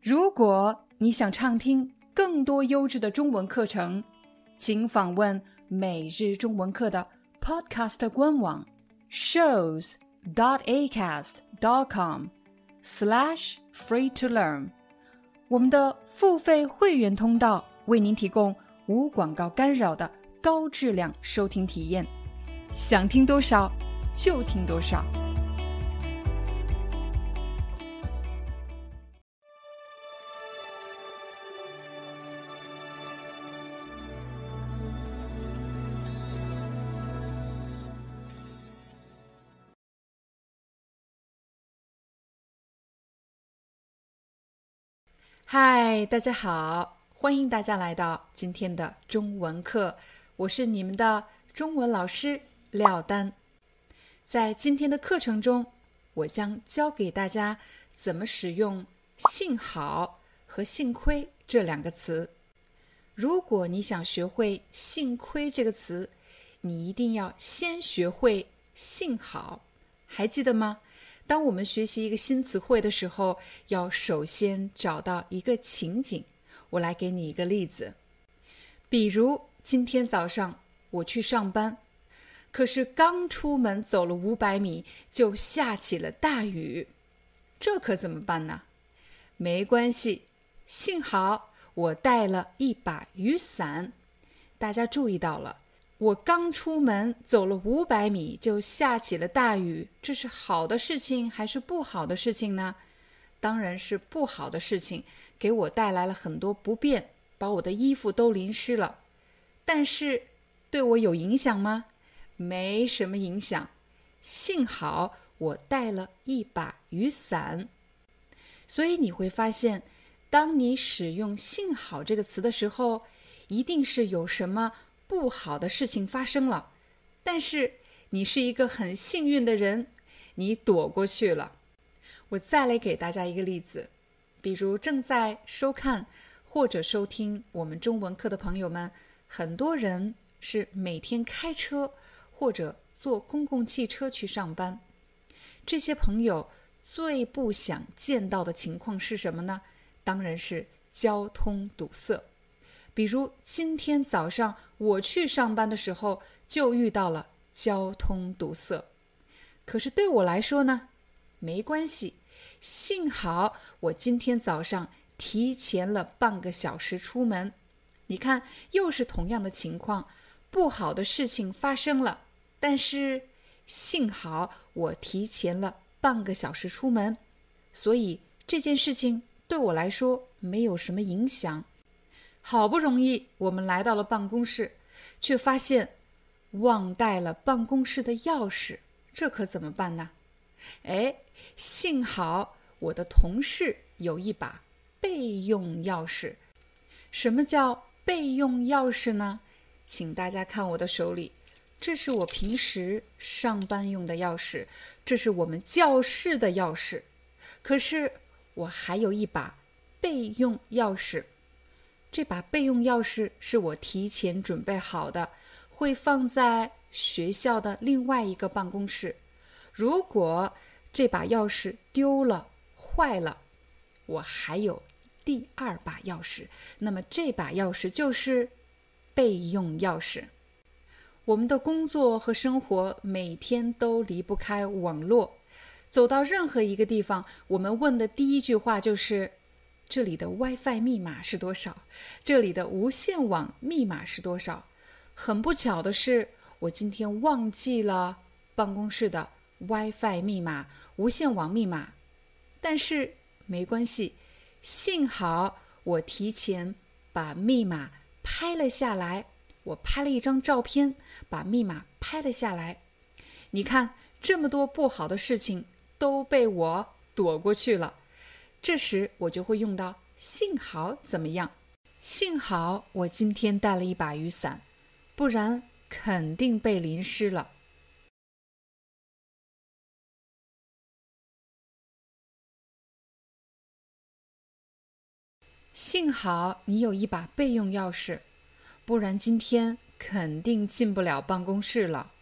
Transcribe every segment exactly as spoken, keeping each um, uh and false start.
如果你想畅听更多优质的中文课程，请访问每日中文课的 Podcast 官网 shows dot acast dot com slash free to learn。 我们的付费会员通道为您提供无广告干扰的高质量收听体验，想听多少就听多少。嗨，大家好，欢迎大家来到今天的中文课，我是你们的中文老师廖丹。在今天的课程中，我将教给大家怎么使用幸好和幸亏这两个词。如果你想学会幸亏这个词，你一定要先学会幸好，还记得吗？当我们学习一个新词汇的时候，要首先找到一个情景。我来给你一个例子，比如今天早上我去上班，可是刚出门走了五百米就下起了大雨，这可怎么办呢？没关系，幸好我带了一把雨伞。大家注意到了，我刚出门走了五百米就下起了大雨，这是好的事情还是不好的事情呢？当然是不好的事情，给我带来了很多不便，把我的衣服都淋湿了。但是对我有影响吗？没什么影响，幸好我带了一把雨伞。所以你会发现，当你使用幸好这个词的时候，一定是有什么不好的事情发生了，但是你是一个很幸运的人，你躲过去了。我再来给大家一个例子，比如正在收看或者收听我们中文课的朋友们，很多人是每天开车或者坐公共汽车去上班。这些朋友最不想见到的情况是什么呢？当然是交通堵塞。比如今天早上我去上班的时候就遇到了交通堵塞，可是对我来说呢，没关系，幸好我今天早上提前了半个小时出门。你看，又是同样的情况，不好的事情发生了，但是幸好我提前了半个小时出门，所以这件事情对我来说没有什么影响。好不容易我们来到了办公室，却发现忘带了办公室的钥匙，这可怎么办呢？哎，幸好我的同事有一把备用钥匙。什么叫备用钥匙呢？请大家看我的手里，这是我平时上班用的钥匙，这是我们教室的钥匙，可是我还有一把备用钥匙。这把备用钥匙是我提前准备好的，会放在学校的另外一个办公室。如果这把钥匙丢了、坏了，我还有第二把钥匙，那么这把钥匙就是备用钥匙。我们的工作和生活每天都离不开网络，走到任何一个地方，我们问的第一句话就是这里的 WiFi 密码是多少？这里的无线网密码是多少？很不巧的是，我今天忘记了办公室的 WiFi 密码、无线网密码。但是没关系，幸好我提前把密码拍了下来，我拍了一张照片，把密码拍了下来。你看，这么多不好的事情都被我躲过去了。这时我就会用到幸好怎么样？幸好我今天带了一把雨伞，不然肯定被淋湿了。幸好你有一把备用钥匙，不然今天肯定进不了办公室了。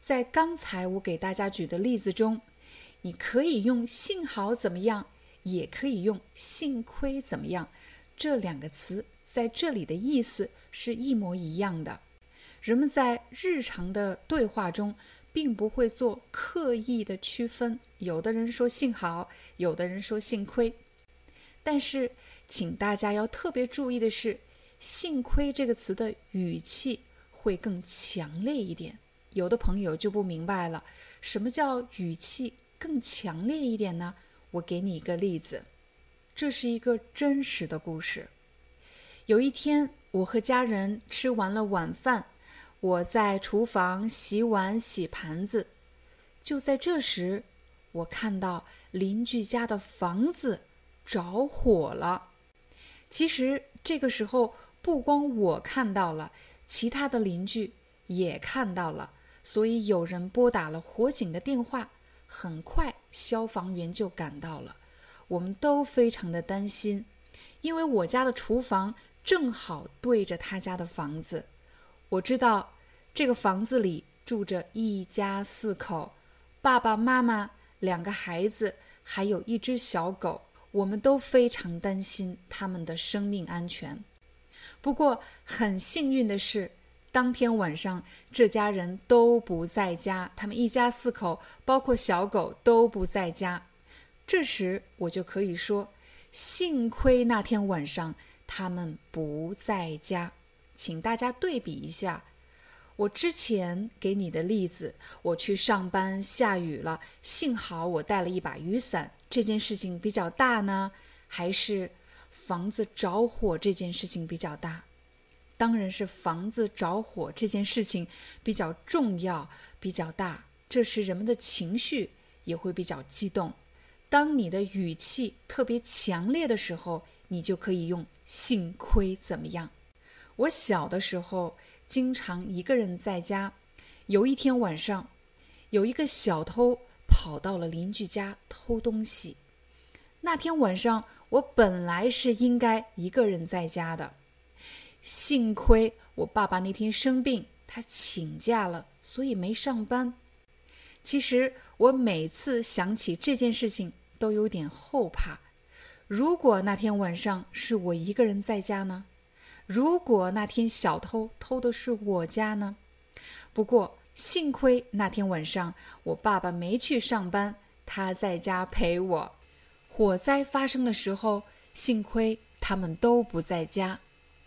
在刚才我给大家举的例子中，你可以用幸好怎么样，也可以用幸亏怎么样，这两个词在这里的意思是一模一样的。人们在日常的对话中并不会做刻意的区分，有的人说幸好，有的人说幸亏。但是请大家要特别注意的是，幸亏这个词的语气会更强烈一点。有的朋友就不明白了，什么叫语气更强烈一点呢？我给你一个例子，这是一个真实的故事。有一天，我和家人吃完了晚饭，我在厨房洗碗洗盘子。就在这时，我看到邻居家的房子着火了。其实这个时候不光我看到了，其他的邻居也看到了，所以有人拨打了火警的电话，很快消防员就赶到了。我们都非常的担心，因为我家的厨房正好对着他家的房子。我知道这个房子里住着一家四口，爸爸妈妈、两个孩子，还有一只小狗。我们都非常担心他们的生命安全。不过很幸运的是，当天晚上这家人都不在家，他们一家四口包括小狗都不在家。这时我就可以说，幸亏那天晚上他们不在家。请大家对比一下，我之前给你的例子，我去上班下雨了，幸好我带了一把雨伞，这件事情比较大呢，还是房子着火这件事情比较大？当然是房子着火这件事情比较重要，比较大。这时人们的情绪也会比较激动。当你的语气特别强烈的时候，你就可以用幸亏怎么样。我小的时候经常一个人在家，有一天晚上，有一个小偷跑到了邻居家偷东西。那天晚上我本来是应该一个人在家的，幸亏我爸爸那天生病，他请假了，所以没上班。其实我每次想起这件事情都有点后怕。如果那天晚上是我一个人在家呢？如果那天小偷偷的是我家呢？不过幸亏那天晚上我爸爸没去上班，他在家陪我。火灾发生的时候，幸亏他们都不在家。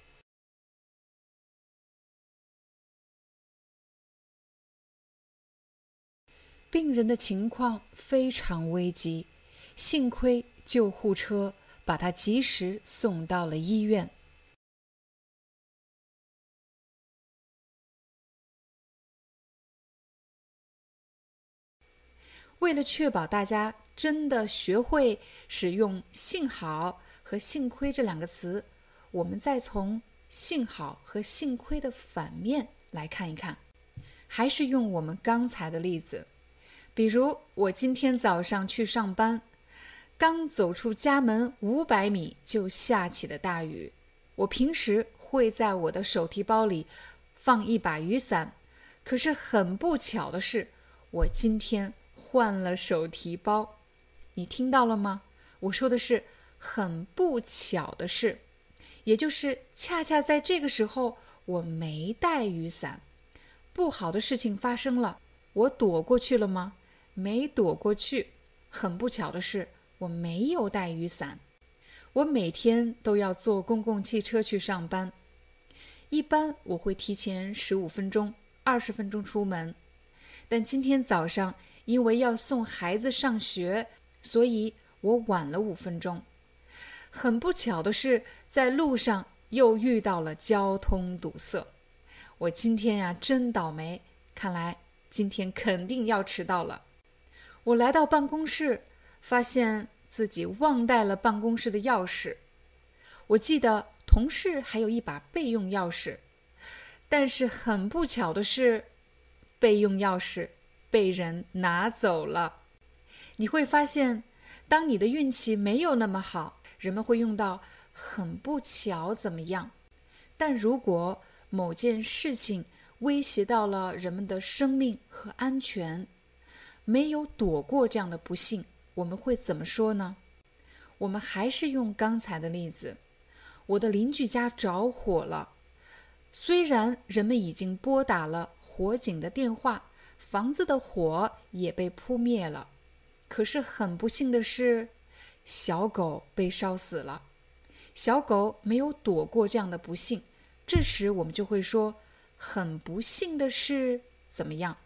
病人的情况非常危急，幸亏救护车把他及时送到了医院。为了确保大家真的学会使用幸好和幸亏这两个词，我们再从幸好和幸亏的反面来看一看。还是用我们刚才的例子，比如我今天早上去上班，刚走出家门五百米就下起了大雨。我平时会在我的手提包里放一把雨伞，可是很不巧的是，我今天换了手提包。你听到了吗？我说的是很不巧的事，也就是恰恰在这个时候我没带雨伞。不好的事情发生了，我躲过去了吗？没躲过去。很不巧的是，我没有带雨伞。我每天都要坐公共汽车去上班，一般我会提前十五分钟、二十分钟出门，但今天早上因为要送孩子上学，所以我晚了五分钟。很不巧的是，在路上又遇到了交通堵塞。我今天呀，真倒霉，看来今天肯定要迟到了。我来到办公室，发现自己忘带了办公室的钥匙。我记得同事还有一把备用钥匙，但是很不巧的是，备用钥匙被人拿走了。你会发现，当你的运气没有那么好，人们会用到很不巧怎么样。但如果某件事情威胁到了人们的生命和安全，没有躲过这样的不幸，我们会怎么说呢？我们还是用刚才的例子，我的邻居家着火了，虽然人们已经拨打了火警的电话，房子的火也被扑灭了，可是很不幸的是，小狗被烧死了。小狗没有躲过这样的不幸，这时我们就会说，很不幸的是怎么样？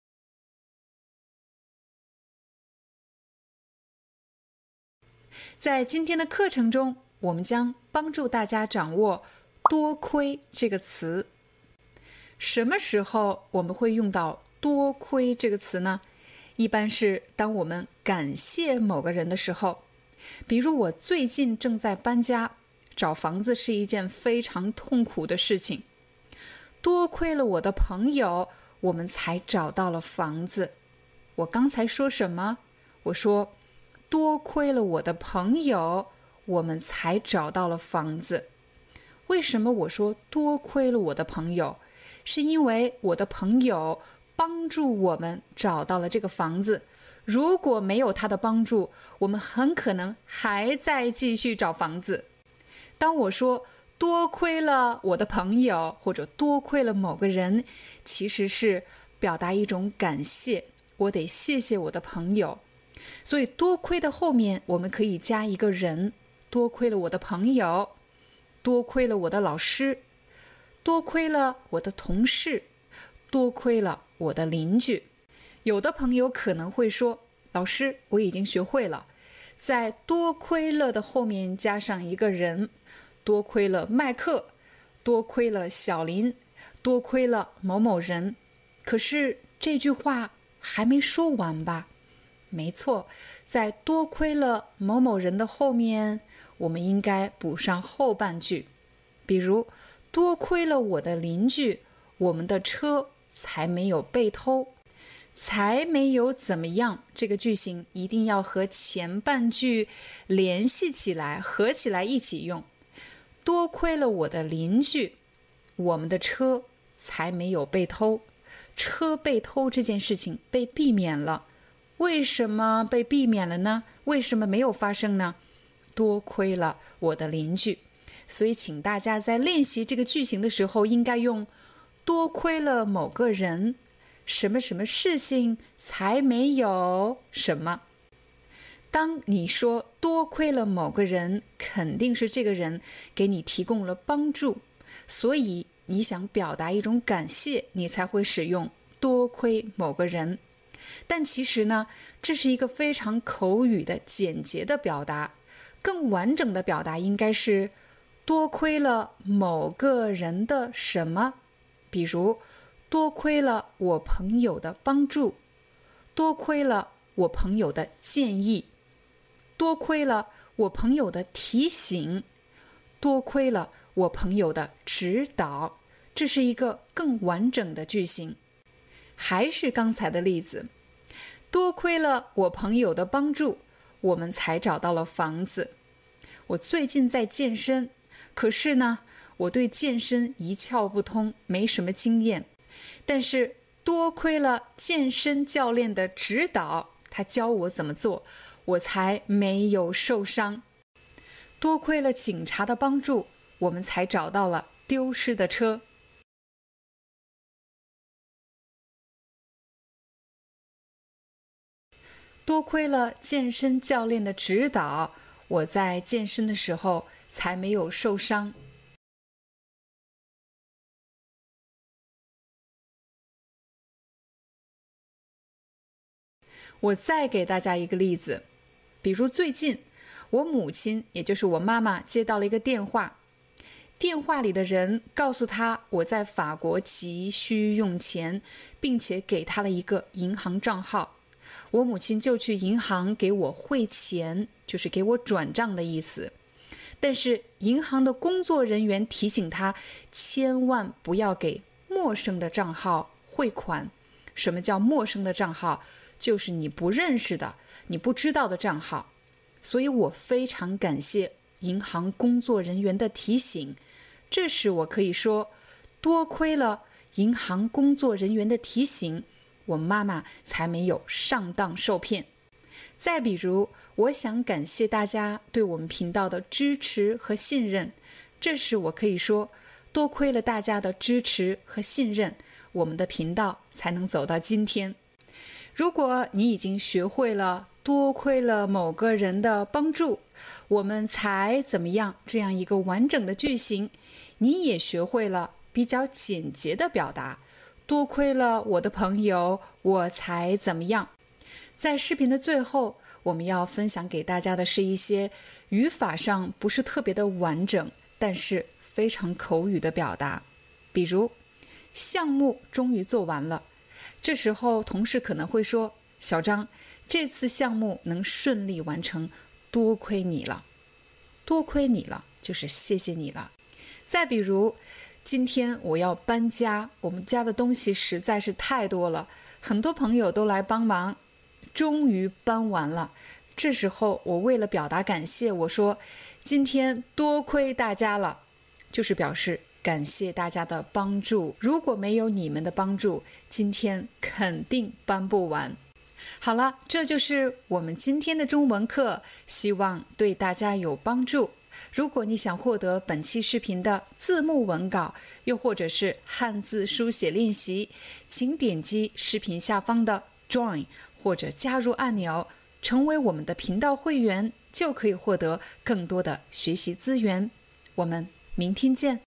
在今天的课程中，我们将帮助大家掌握多亏这个词。什么时候我们会用到多亏这个词呢？一般是当我们感谢某个人的时候，比如我最近正在搬家，找房子是一件非常痛苦的事情，多亏了我的朋友，我们才找到了房子。我刚才说什么？我说多亏了我的朋友，我们才找到了房子。为什么我说多亏了我的朋友？是因为我的朋友帮助我们找到了这个房子，如果没有他的帮助，我们很可能还在继续找房子。当我说多亏了我的朋友，或者多亏了某个人，其实是表达一种感谢，我得谢谢我的朋友。所以多亏的后面我们可以加一个人，多亏了我的朋友，多亏了我的老师，多亏了我的同事，多亏了我的邻居。有的朋友可能会说，老师，我已经学会了在多亏了的后面加上一个人，多亏了麦克，多亏了小林，多亏了某某人。可是这句话还没说完吧？没错，在多亏了某某人的后面，我们应该补上后半句，比如多亏了我的邻居，我们的车才没有被偷。才没有怎么样，这个句型一定要和前半句联系起来，合起来一起用。多亏了我的邻居，我们的车才没有被偷。车被偷这件事情被避免了。为什么被避免了呢？为什么没有发生呢？多亏了我的邻居。所以请大家在练习这个句型的时候，应该用多亏了某个人，什么什么事情才没有什么。当你说多亏了某个人，肯定是这个人给你提供了帮助，所以你想表达一种感谢，你才会使用多亏某个人。但其实呢，这是一个非常口语的简洁的表达，更完整的表达应该是多亏了某个人的什么。比如多亏了我朋友的帮助，多亏了我朋友的建议，多亏了我朋友的提醒，多亏了我朋友的指导。这是一个更完整的句型。还是刚才的例子，多亏了我朋友的帮助，我们才找到了房子。我最近在健身，可是呢，我对健身一窍不通，没什么经验。但是多亏了健身教练的指导，他教我怎么做，我才没有受伤。多亏了警察的帮助，我们才找到了丢失的车。多亏了健身教练的指导，我在健身的时候才没有受伤。我再给大家一个例子，比如最近我母亲，也就是我妈妈，接到了一个电话，电话里的人告诉她我在法国急需用钱，并且给她了一个银行账号。我母亲就去银行给我汇钱，就是给我转账的意思。但是银行的工作人员提醒她，千万不要给陌生的账号汇款。什么叫陌生的账号？就是你不认识的、你不知道的账号。所以我非常感谢银行工作人员的提醒。这时我可以说，多亏了银行工作人员的提醒，我妈妈才没有上当受骗。再比如，我想感谢大家对我们频道的支持和信任，这时我可以说，多亏了大家的支持和信任，我们的频道才能走到今天。如果你已经学会了多亏了某个人的帮助，我们才怎么样这样一个完整的句型，你也学会了比较简洁的表达，多亏了我的朋友，我才怎么样。在视频的最后，我们要分享给大家的是一些语法上不是特别的完整，但是非常口语的表达。比如，项目终于做完了，这时候同事可能会说，小张，这次项目能顺利完成，多亏你了。多亏你了，就是谢谢你了。再比如，今天我要搬家，我们家的东西实在是太多了，很多朋友都来帮忙，终于搬完了。这时候我为了表达感谢，我说今天多亏大家了，就是表示感谢大家的帮助，如果没有你们的帮助，今天肯定搬不完。好了，这就是我们今天的中文课，希望对大家有帮助。如果你想获得本期视频的字幕文稿，又或者是汉字书写练习，请点击视频下方的 Join 或者加入按钮，成为我们的频道会员，就可以获得更多的学习资源。我们明天见。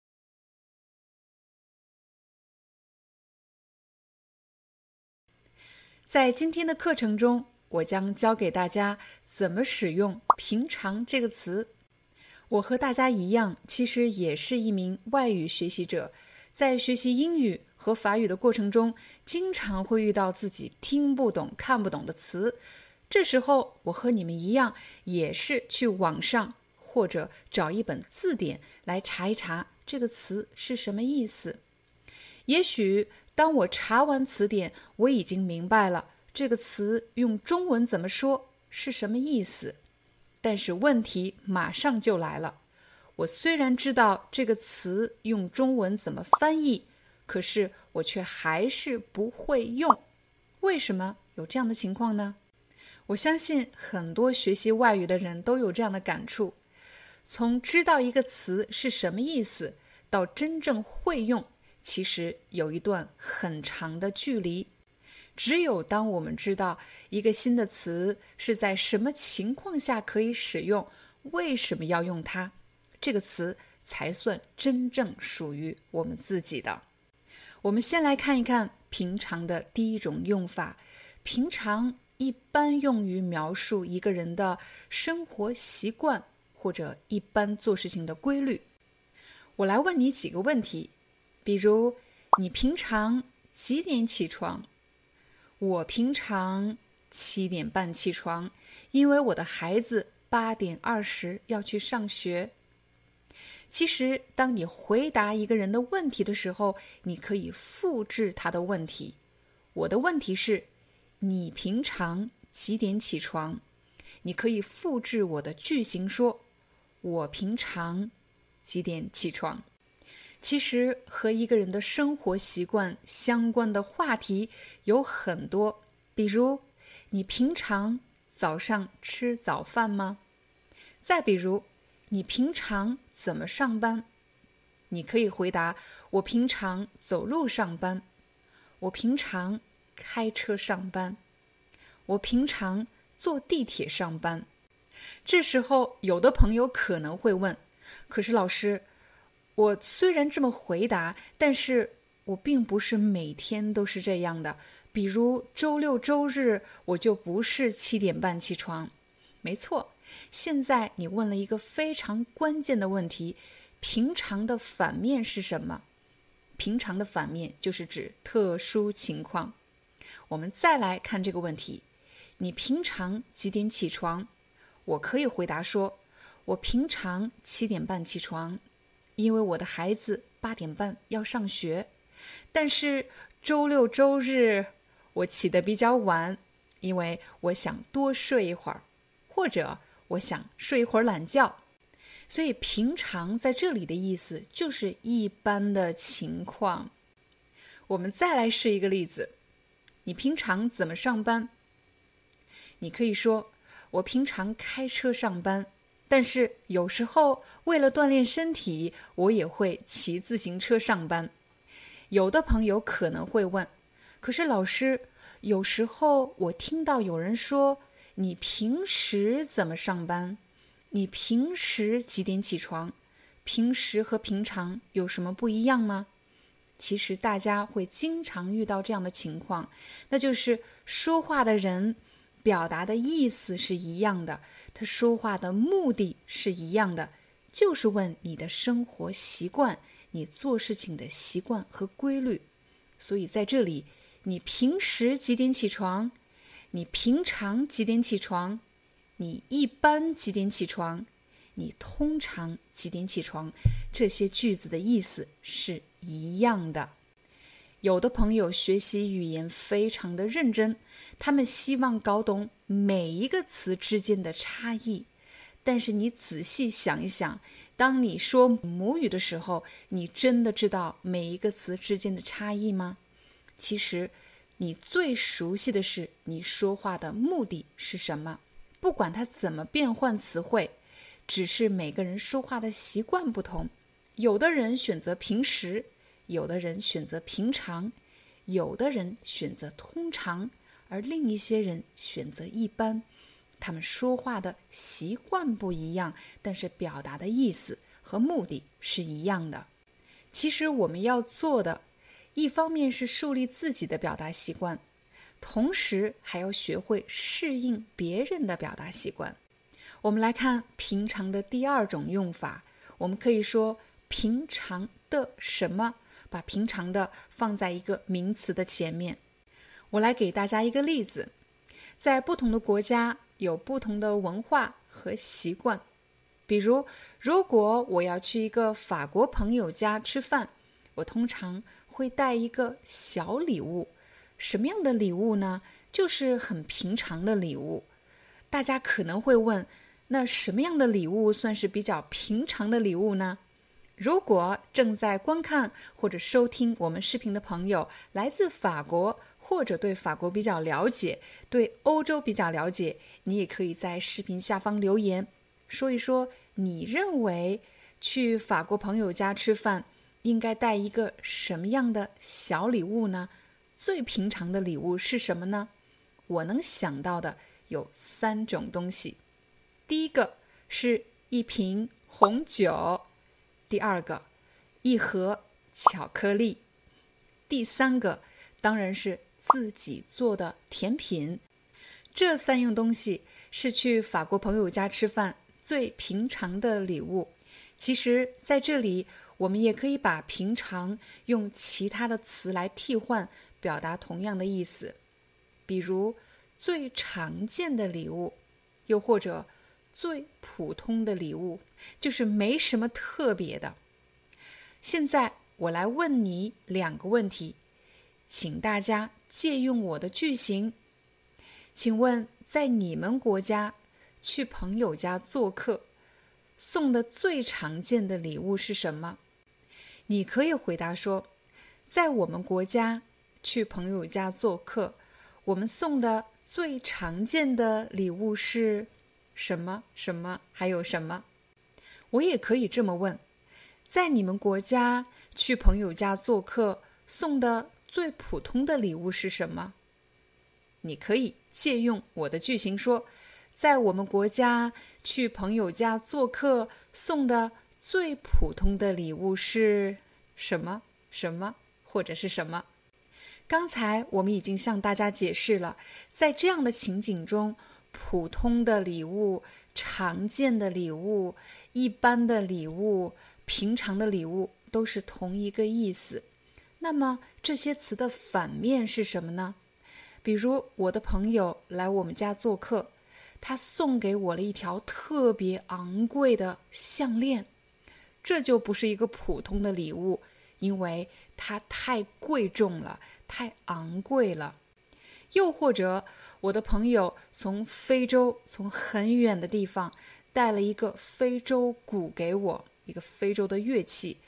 在今天的课程中，我将教给大家怎么使用平常这个词。我和大家一样，其实也是一名外语学习者，在学习英语和法语的过程中，经常会遇到自己听不懂、看不懂的词。这时候，我和你们一样，也是去网上或者找一本字典来查一查这个词是什么意思。也许当我查完词典，我已经明白了这个词用中文怎么说是什么意思。但是问题马上就来了，我虽然知道这个词用中文怎么翻译，可是我却还是不会用。为什么有这样的情况呢？我相信很多学习外语的人都有这样的感触，从知道一个词是什么意思到真正会用，其实有一段很长的距离。只有当我们知道一个新的词是在什么情况下可以使用，为什么要用它，这个词才算真正属于我们自己的。我们先来看一看平常的第一种用法。平常一般用于描述一个人的生活习惯或者一般做事情的规律。我来问你几个问题，比如你平常几点起床？我平常七点半起床，因为我的孩子八点二十要去上学。其实，当你回答一个人的问题的时候，你可以复制他的问题。我的问题是，你平常几点起床？你可以复制我的句型说，我平常几点起床？其实和一个人的生活习惯相关的话题有很多，比如你平常早上吃早饭吗？再比如你平常怎么上班？你可以回答，我平常走路上班，我平常开车上班，我平常坐地铁上班。这时候有的朋友可能会问，可是老师，我虽然这么回答，但是我并不是每天都是这样的。比如周六周日，我就不是七点半起床。没错，现在你问了一个非常关键的问题，平常的反面是什么？平常的反面就是指特殊情况。我们再来看这个问题，你平常几点起床？我可以回答说，我平常七点半起床，因为我的孩子八点半要上学。但是周六周日我起得比较晚，因为我想多睡一会儿，或者我想睡一会儿懒觉。所以平常在这里的意思就是一般的情况。 我们再来试一个例子，你平常怎么上班？你可以说，我平常开车上班，但是有时候为了锻炼身体，我也会骑自行车上班。有的朋友可能会问，可是老师，有时候我听到有人说，你平时怎么上班？你平时几点起床？平时和平常有什么不一样吗？其实大家会经常遇到这样的情况，那就是说话的人表达的意思是一样的，他说话的目的是一样的，就是问你的生活习惯，你做事情的习惯和规律。所以在这里，你平时几点起床？你平常几点起床？你一般几点起床？你通常几点起床？这些句子的意思是一样的。有的朋友学习语言非常的认真，他们希望搞懂每一个词之间的差异。但是你仔细想一想，当你说母语的时候，你真的知道每一个词之间的差异吗？其实你最熟悉的是你说话的目的是什么，不管它怎么变换词汇，只是每个人说话的习惯不同，有的人选择平时，有的人选择平常，有的人选择通常，而另一些人选择一般。他们说话的习惯不一样，但是表达的意思和目的是一样的。其实我们要做的，一方面是树立自己的表达习惯，同时还要学会适应别人的表达习惯。我们来看平常的第二种用法，我们可以说平常的什么，把平常的放在一个名词的前面。我来给大家一个例子，在不同的国家有不同的文化和习惯。比如，如果我要去一个法国朋友家吃饭，我通常会带一个小礼物。什么样的礼物呢？就是很平常的礼物。大家可能会问，那什么样的礼物算是比较平常的礼物呢？如果正在观看或者收听我们视频的朋友来自法国，或者对法国比较了解，对欧洲比较了解，你也可以在视频下方留言，说一说你认为去法国朋友家吃饭应该带一个什么样的小礼物呢？最平常的礼物是什么呢？我能想到的有三种东西。第一个是一瓶红酒，第二个一盒巧克力，第三个当然是自己做的甜品。这三样东西是去法国朋友家吃饭最平常的礼物。其实在这里我们也可以把平常用其他的词来替换，表达同样的意思。比如最常见的礼物，又或者最普通的礼物，就是没什么特别的。现在我来问你两个问题，请大家借用我的句型。请问，在你们国家去朋友家做客，送的最常见的礼物是什么？你可以回答说，在我们国家去朋友家做客，我们送的最常见的礼物是什么什么还有什么。我也可以这么问，在你们国家去朋友家做客，送的最普通的礼物是什么？你可以借用我的句型说，在我们国家去朋友家做客，送的最普通的礼物是什么什么或者是什么。刚才我们已经向大家解释了，在这样的情景中，普通的礼物、常见的礼物、一般的礼物、平常的礼物都是同一个意思。那么这些词的反面是什么呢？比如我的朋友来我们家做客，他送给我了一条特别昂贵的项链，这就不是一个普通的礼物，因为它太贵重了，太昂贵了。又或者我的朋友从非洲，从很远的地方带了一个非洲鼓给我，一个非洲的乐器，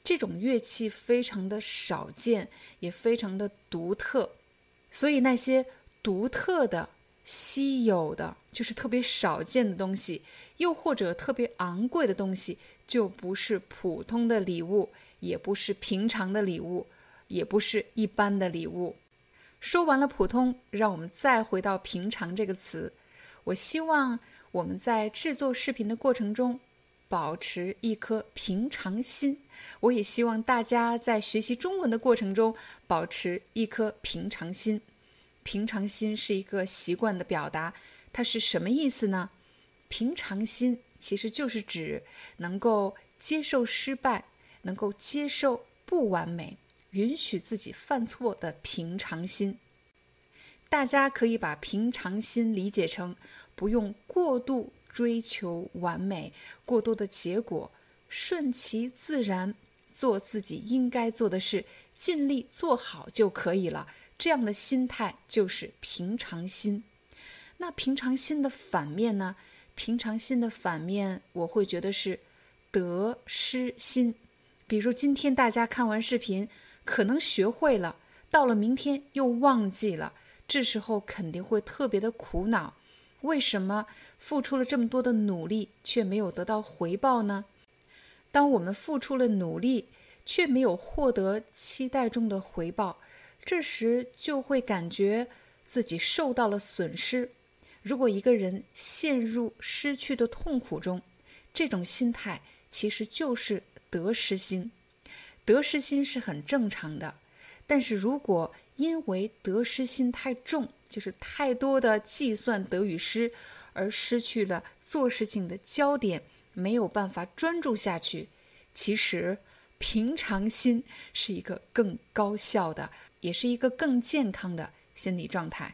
这种乐器非常的少见，也非常的独特，所以那些独特的、稀有的，就是特别少见的东西，又或者特别昂贵的东西，就不是普通的礼物，也不是平常的礼物，也不是一般的礼物。说完了普通，让我们再回到平常这个词。我希望我们在制作视频的过程中保持一颗平常心，我也希望大家在学习中文的过程中保持一颗平常心。平常心是一个习惯的表达，它是什么意思呢？平常心其实就是指能够接受失败，能够接受不完美，允许自己犯错的平常心。大家可以把平常心理解成不用过度追求完美，过多的结果，顺其自然，做自己应该做的事，尽力做好就可以了。这样的心态就是平常心。那平常心的反面呢？平常心的反面，我会觉得是得失心。比如今天大家看完视频，可能学会了，到了明天又忘记了，这时候肯定会特别的苦恼。为什么付出了这么多的努力，却没有得到回报呢？当我们付出了努力，却没有获得期待中的回报，这时就会感觉自己受到了损失。如果一个人陷入失去的痛苦中，这种心态其实就是得失心。得失心是很正常的，但是如果因为得失心太重，就是太多的计算得与失，而失去了做事情的焦点，没有办法专注下去，其实平常心是一个更高效的，也是一个更健康的心理状态。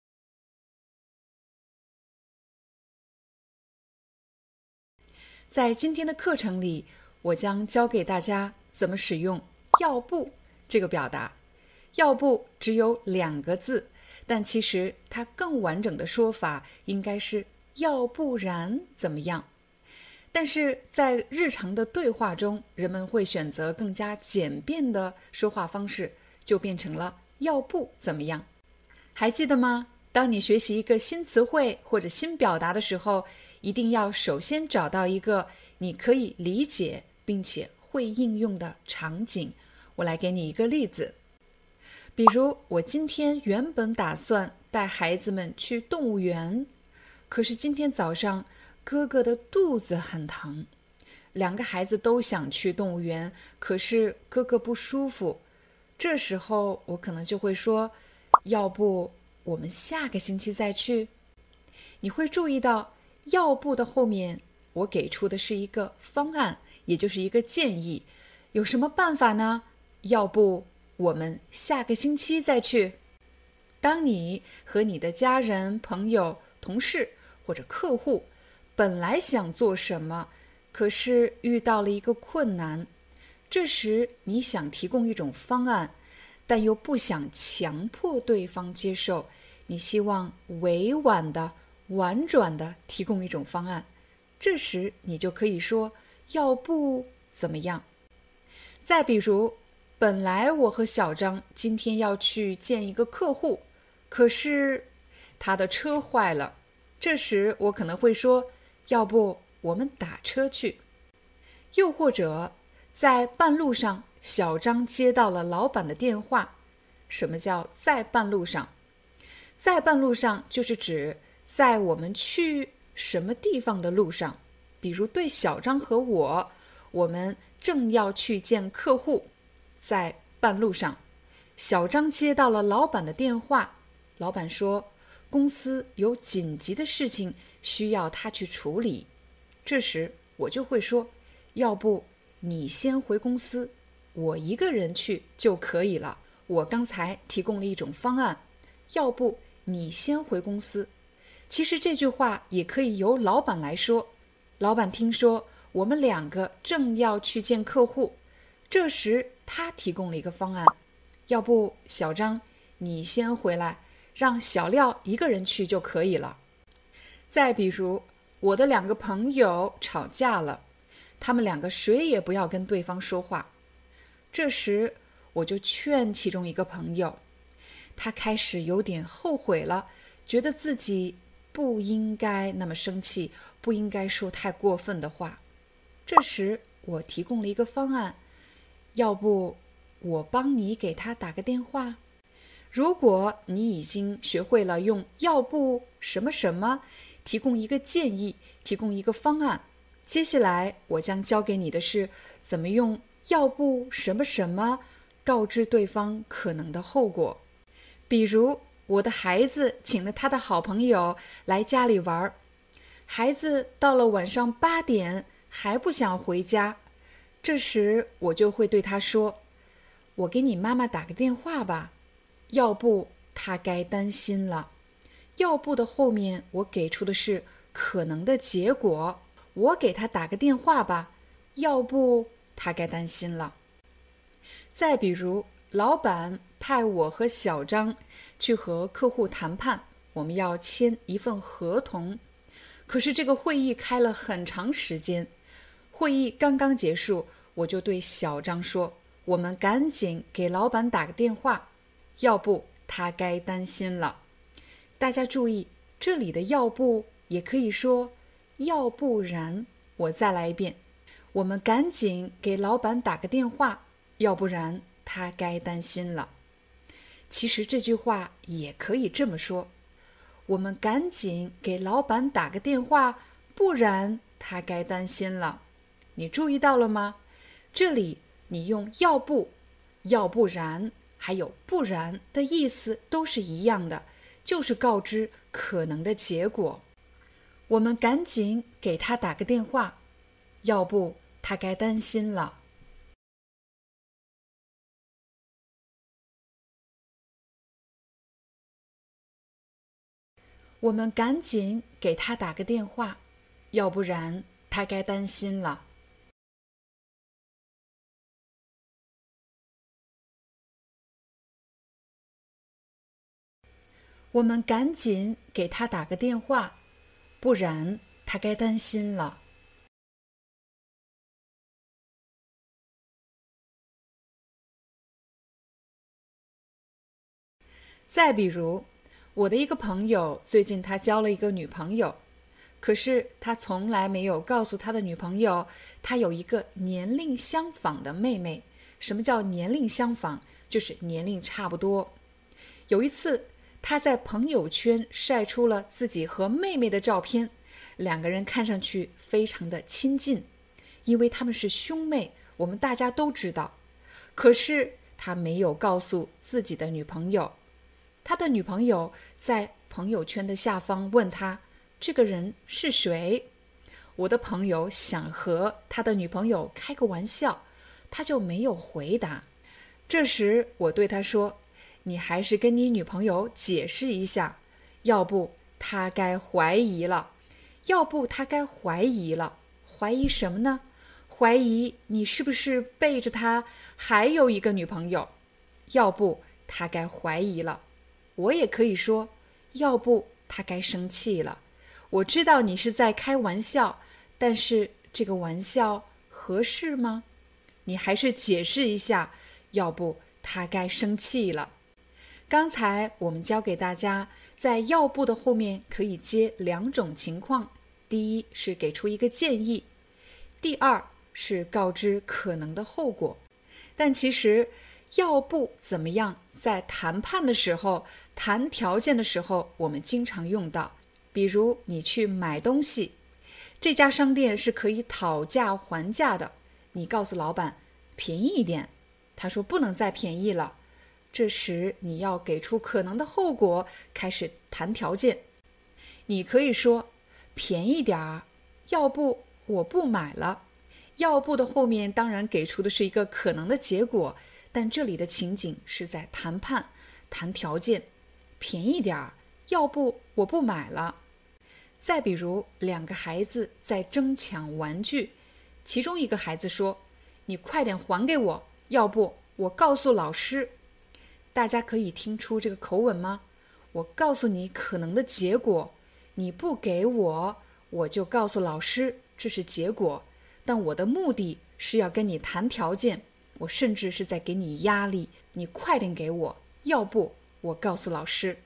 在今天的课程里，我将教给大家怎么使用要不这个表达。要不只有两个字，但其实它更完整的说法应该是要不然怎么样。但是在日常的对话中，人们会选择更加简便的说话方式，就变成了要不怎么样。还记得吗？当你学习一个新词汇或者新表达的时候，一定要首先找到一个你可以理解并且会应用的场景。我来给你一个例子。比如我今天原本打算带孩子们去动物园，可是今天早上哥哥的肚子很疼。两个孩子都想去动物园，可是哥哥不舒服。这时候我可能就会说，要不我们下个星期再去。你会注意到要不的后面我给出的是一个方案，也就是一个建议。有什么办法呢？要不我们下个星期再去。当你和你的家人、朋友、同事或者客户本来想做什么，可是遇到了一个困难，这时你想提供一种方案，但又不想强迫对方接受，你希望委婉的、婉转的提供一种方案，这时你就可以说要不怎么样。再比如，本来我和小张今天要去见一个客户，可是他的车坏了，这时我可能会说，要不我们打车去。又或者在半路上，小张接到了老板的电话。什么叫在半路上？在半路上就是指在我们去什么地方的路上。比如对小张和我，我们正要去见客户，在半路上。小张接到了老板的电话，老板说公司有紧急的事情需要他去处理。这时我就会说，要不你先回公司，我一个人去就可以了。我刚才提供了一种方案，要不你先回公司。其实这句话也可以由老板来说。老板听说我们两个正要去见客户，这时他提供了一个方案，要不小张你先回来，让小廖一个人去就可以了。再比如，我的两个朋友吵架了，他们两个谁也不要跟对方说话。 这时我就劝其中一个朋友，他开始有点后悔了，觉得自己不应该那么生气，不应该说太过分的话。这时我提供了一个方案，要不我帮你给他打个电话？如果你已经学会了用要不什么什么提供一个建议，提供一个方案，接下来我将教给你的是怎么用要不什么什么告知对方可能的后果。比如我的孩子请了他的好朋友来家里玩，孩子到了晚上八点还不想回家，这时我就会对他说，我给你妈妈打个电话吧，要不他该担心了。要不的后面我给出的是可能的结果，我给他打个电话吧，要不他该担心了。再比如老板派我和小张去和客户谈判，我们要签一份合同，可是这个会议开了很长时间，会议刚刚结束，我就对小张说，我们赶紧给老板打个电话，要不他该担心了。大家注意，这里的要不也可以说要不然。我再来一遍，我们赶紧给老板打个电话，要不然他该担心了。其实这句话也可以这么说，我们赶紧给老板打个电话，不然他该担心了。你注意到了吗？这里你用要不、要不然还有不然的意思都是一样的，就是告知可能的结果。我们赶紧给他打个电话，要不他该担心了。我们赶紧给他打个电话，要不然他该担心了。我们赶紧给他打个电话，不然他该担心了。再比如，我的一个朋友最近他交了一个女朋友，可是他从来没有告诉他的女朋友，他有一个年龄相仿的妹妹。什么叫年龄相仿？就是年龄差不多。有一次他在朋友圈晒出了自己和妹妹的照片，两个人看上去非常的亲近，因为他们是兄妹，我们大家都知道。可是他没有告诉自己的女朋友，他的女朋友在朋友圈的下方问他，这个人是谁？我的朋友想和他的女朋友开个玩笑，他就没有回答。这时我对他说，你还是跟你女朋友解释一下，要不她该怀疑了。要不她该怀疑了。怀疑什么呢？怀疑你是不是背着她还有一个女朋友。要不她该怀疑了。我也可以说，要不她该生气了。我知道你是在开玩笑，但是这个玩笑合适吗？你还是解释一下，要不她该生气了。刚才我们教给大家，在要不的后面可以接两种情况，第一是给出一个建议，第二是告知可能的后果。但其实要不怎么样，在谈判的时候，谈条件的时候，我们经常用到。比如你去买东西，这家商店是可以讨价还价的，你告诉老板便宜一点，他说不能再便宜了。这时你要给出可能的后果，开始谈条件。你可以说便宜点儿，要不我不买了。要不的后面当然给出的是一个可能的结果，但这里的情景是在谈判，谈条件，便宜点儿，要不我不买了。再比如两个孩子在争抢玩具，其中一个孩子说，你快点还给我，要不我告诉老师。大家可以听出这个口吻吗？我告诉你可能的结果，你不给我，我就告诉老师，这是结果。但我的目的是要跟你谈条件， 我甚至是在给你压力，你快点给我，要不我告诉老师。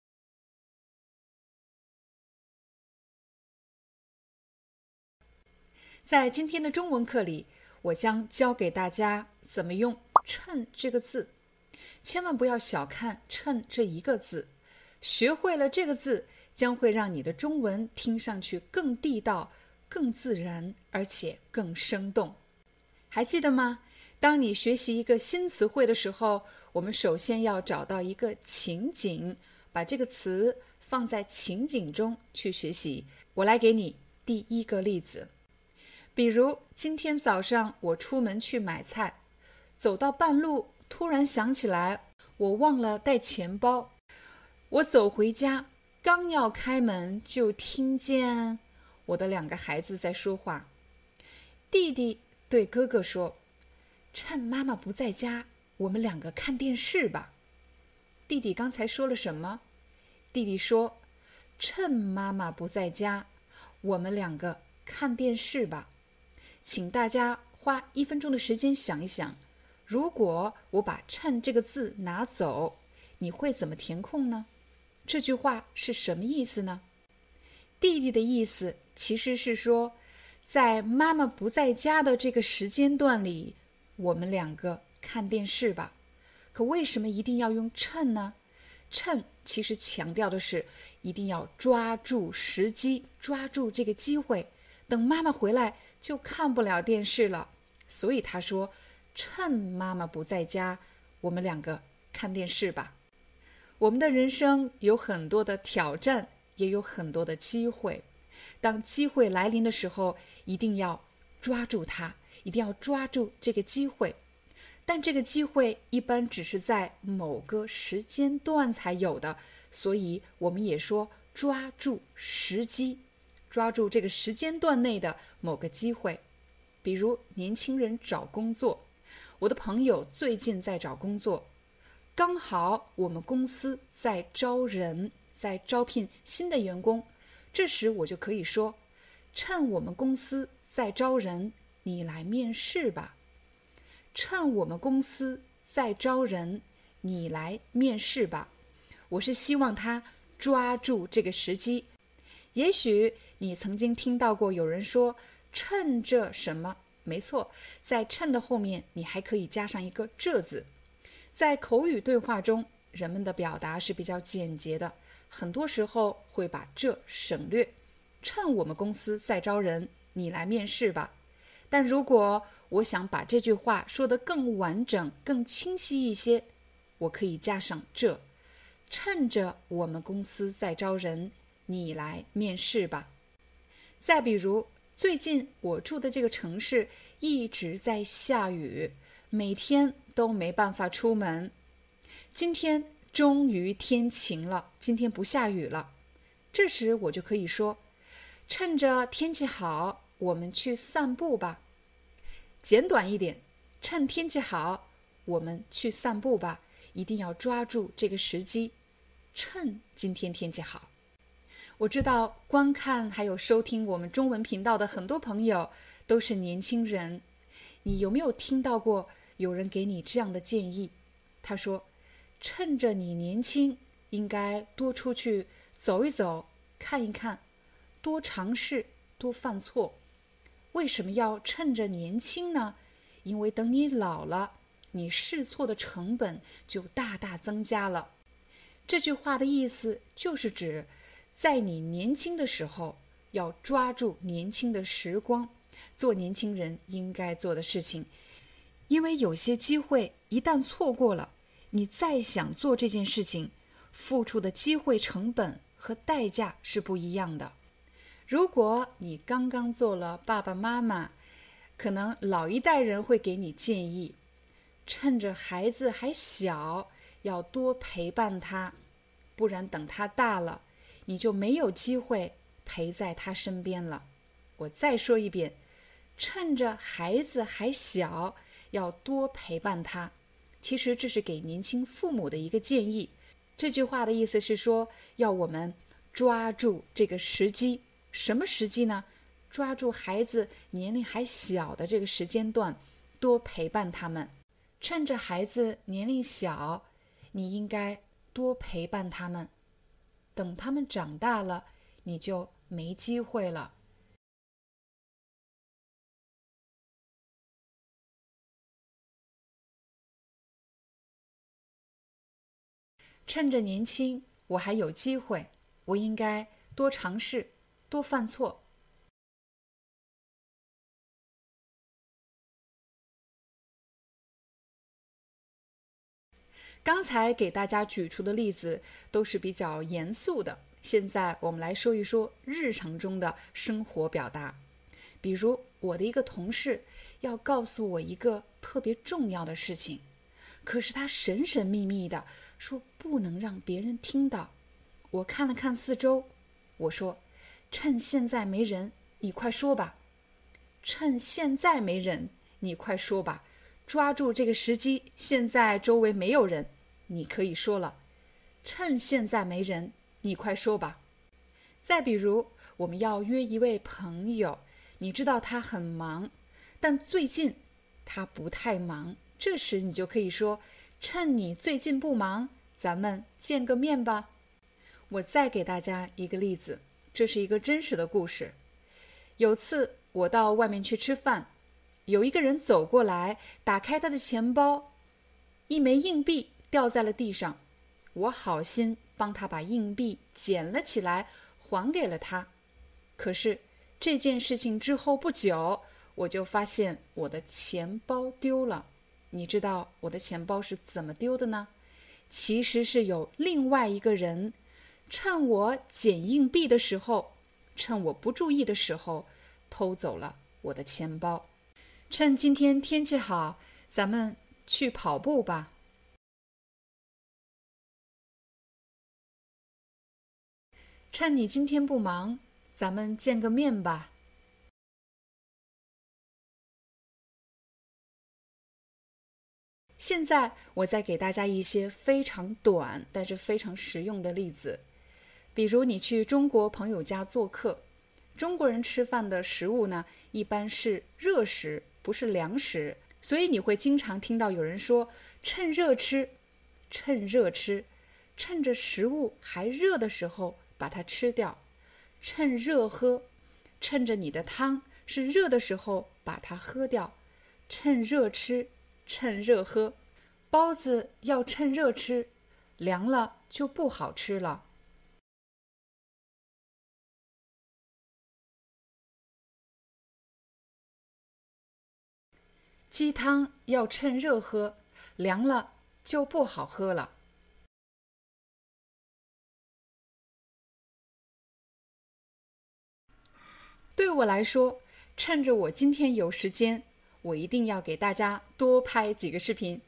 在今天的中文课里，我将教给大家怎么用称这个字。千万不要小看称这一个字，学会了这个字，将会让你的中文听上去更地道、更自然，而且更生动。还记得吗？当你学习一个新词汇的时候，我们首先要找到一个情景，把这个词放在情景中去学习。我来给你第一个例子。比如今天早上我出门去买菜，走到半路，突然想起来我忘了带钱包。我走回家，刚要开门，就听见我的两个孩子在说话。弟弟对哥哥说：“趁妈妈不在家，我们两个看电视吧。”弟弟刚才说了什么？弟弟说：“趁妈妈不在家，我们两个看电视吧。”请大家花一分钟的时间想一想，如果我把趁这个字拿走，你会怎么填空呢？这句话是什么意思呢？弟弟的意思其实是说，在妈妈不在家的这个时间段里，我们两个看电视吧。可为什么一定要用趁呢？趁其实强调的是一定要抓住时机，抓住这个机会，等妈妈回来就看不了电视了。所以他说，趁妈妈不在家，我们两个看电视吧。我们的人生有很多的挑战，也有很多的机会。当机会来临的时候，一定要抓住它，一定要抓住这个机会。但这个机会一般只是在某个时间段才有的，所以我们也说抓住时机，抓住这个时间段内的某个机会。比如年轻人找工作，我的朋友最近在找工作，刚好我们公司在招人，在招聘新的员工，这时我就可以说，趁我们公司在招人，你来面试吧。趁我们公司在招人，你来面试吧。我是希望他抓住这个时机。也许你曾经听到过有人说趁着什么，没错，在趁的后面你还可以加上一个这字。在口语对话中，人们的表达是比较简洁的，很多时候会把这省略。趁我们公司在招人，你来面试吧。但如果我想把这句话说得更完整、更清晰一些，我可以加上这：趁着我们公司在招人，你来面试吧。再比如，最近我住的这个城市一直在下雨，每天都没办法出门。今天终于天晴了，今天不下雨了。这时我就可以说，趁着天气好，我们去散步吧。简短一点，趁天气好，我们去散步吧。一定要抓住这个时机，趁今天天气好。我知道观看还有收听我们中文频道的很多朋友都是年轻人，你有没有听到过有人给你这样的建议？他说，趁着你年轻，应该多出去走一走，看一看，多尝试，多犯错。为什么要趁着年轻呢？因为等你老了，你试错的成本就大大增加了。这句话的意思就是指，在你年轻的时候，要抓住年轻的时光，做年轻人应该做的事情。因为有些机会一旦错过了，你再想做这件事情，付出的机会成本和代价是不一样的。如果你刚刚做了爸爸妈妈，可能老一代人会给你建议，趁着孩子还小，要多陪伴他，不然等他大了，你就没有机会陪在他身边了。我再说一遍，趁着孩子还小，要多陪伴他。其实这是给年轻父母的一个建议。这句话的意思是说，要我们抓住这个时机。什么时机呢？抓住孩子年龄还小的这个时间段，多陪伴他们。 趁着孩子年龄小，你应该多陪伴他们，等他们长大了，你就没机会了。趁着年轻，我还有机会，我应该多尝试，多犯错。刚才给大家举出的例子都是比较严肃的，现在我们来说一说日常中的生活表达。比如我的一个同事要告诉我一个特别重要的事情，可是他神神秘秘的说不能让别人听到。我看了看四周，我说趁现在没人，你快说吧。趁现在没人，你快说吧。抓住这个时机，现在周围没有人，你可以说了。趁现在没人，你快说吧。再比如我们要约一位朋友，你知道他很忙，但最近他不太忙，这时你就可以说，趁你最近不忙，咱们见个面吧。我再给大家一个例子，这是一个真实的故事。有次我到外面去吃饭，有一个人走过来，打开他的钱包，一枚硬币掉在了地上。我好心帮他把硬币捡了起来，还给了他。可是这件事情之后不久，我就发现我的钱包丢了。你知道我的钱包是怎么丢的呢？其实是有另外一个人趁我捡硬币的时候，趁我不注意的时候，偷走了我的钱包。趁今天天气好，咱们去跑步吧。趁你今天不忙，咱们见个面吧。现在我再给大家一些非常短但是非常实用的例子。比如你去中国朋友家做客，中国人吃饭的食物呢，一般是热食，不是凉食，所以你会经常听到有人说趁热吃，趁热吃，趁着食物还热的时候把它吃掉。趁热喝，趁着你的汤是热的时候把它喝掉。趁热吃，趁热喝。包子要趁热吃，凉了就不好吃了。鸡汤要趁热喝，凉了就不好喝了。对我来说，趁着我今天有时间，我一定要给大家多拍几个视频。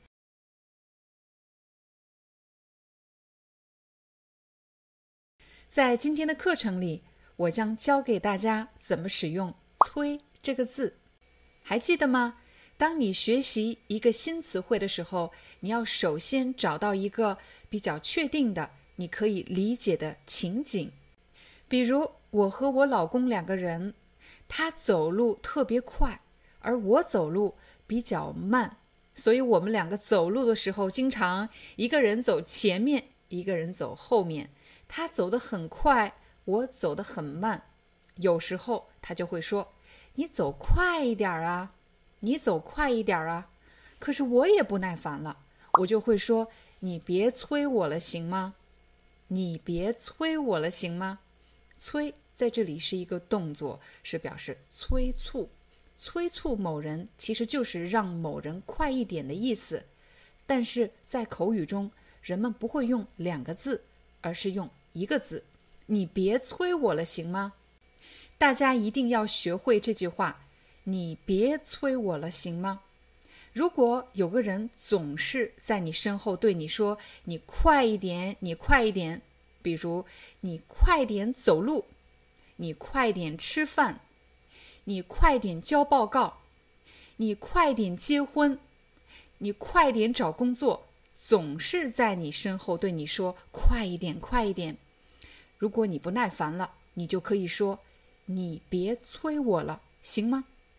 在今天的课程里，我将教给大家怎么使用催这个字。还记得吗？当你学习一个新词汇的时候，你要首先找到一个比较确定的你可以理解的情景。比如我和我老公两个人，他走路特别快，而我走路比较慢，所以我们两个走路的时候经常一个人走前面，一个人走后面。他走得很快，我走得很慢。有时候他就会说，你走快一点啊，你走快一点啊。可是我也不耐烦了，我就会说，你别催我了行吗？你别催我了行吗？催在这里是一个动作，是表示催促。催促某人其实就是让某人快一点的意思。但是在口语中，人们不会用两个字，而是用一个字。你别催我了行吗？大家一定要学会这句话，你别催我了行吗？如果有个人总是在你身后对你说，你快一点，你快一点，比如你快点走路，你快点吃饭，你快点交报告，你快点结婚，你快点找工作，总是在你身后对你说快一点快一点。如果你不耐烦了，你就可以说，你别催我了行吗？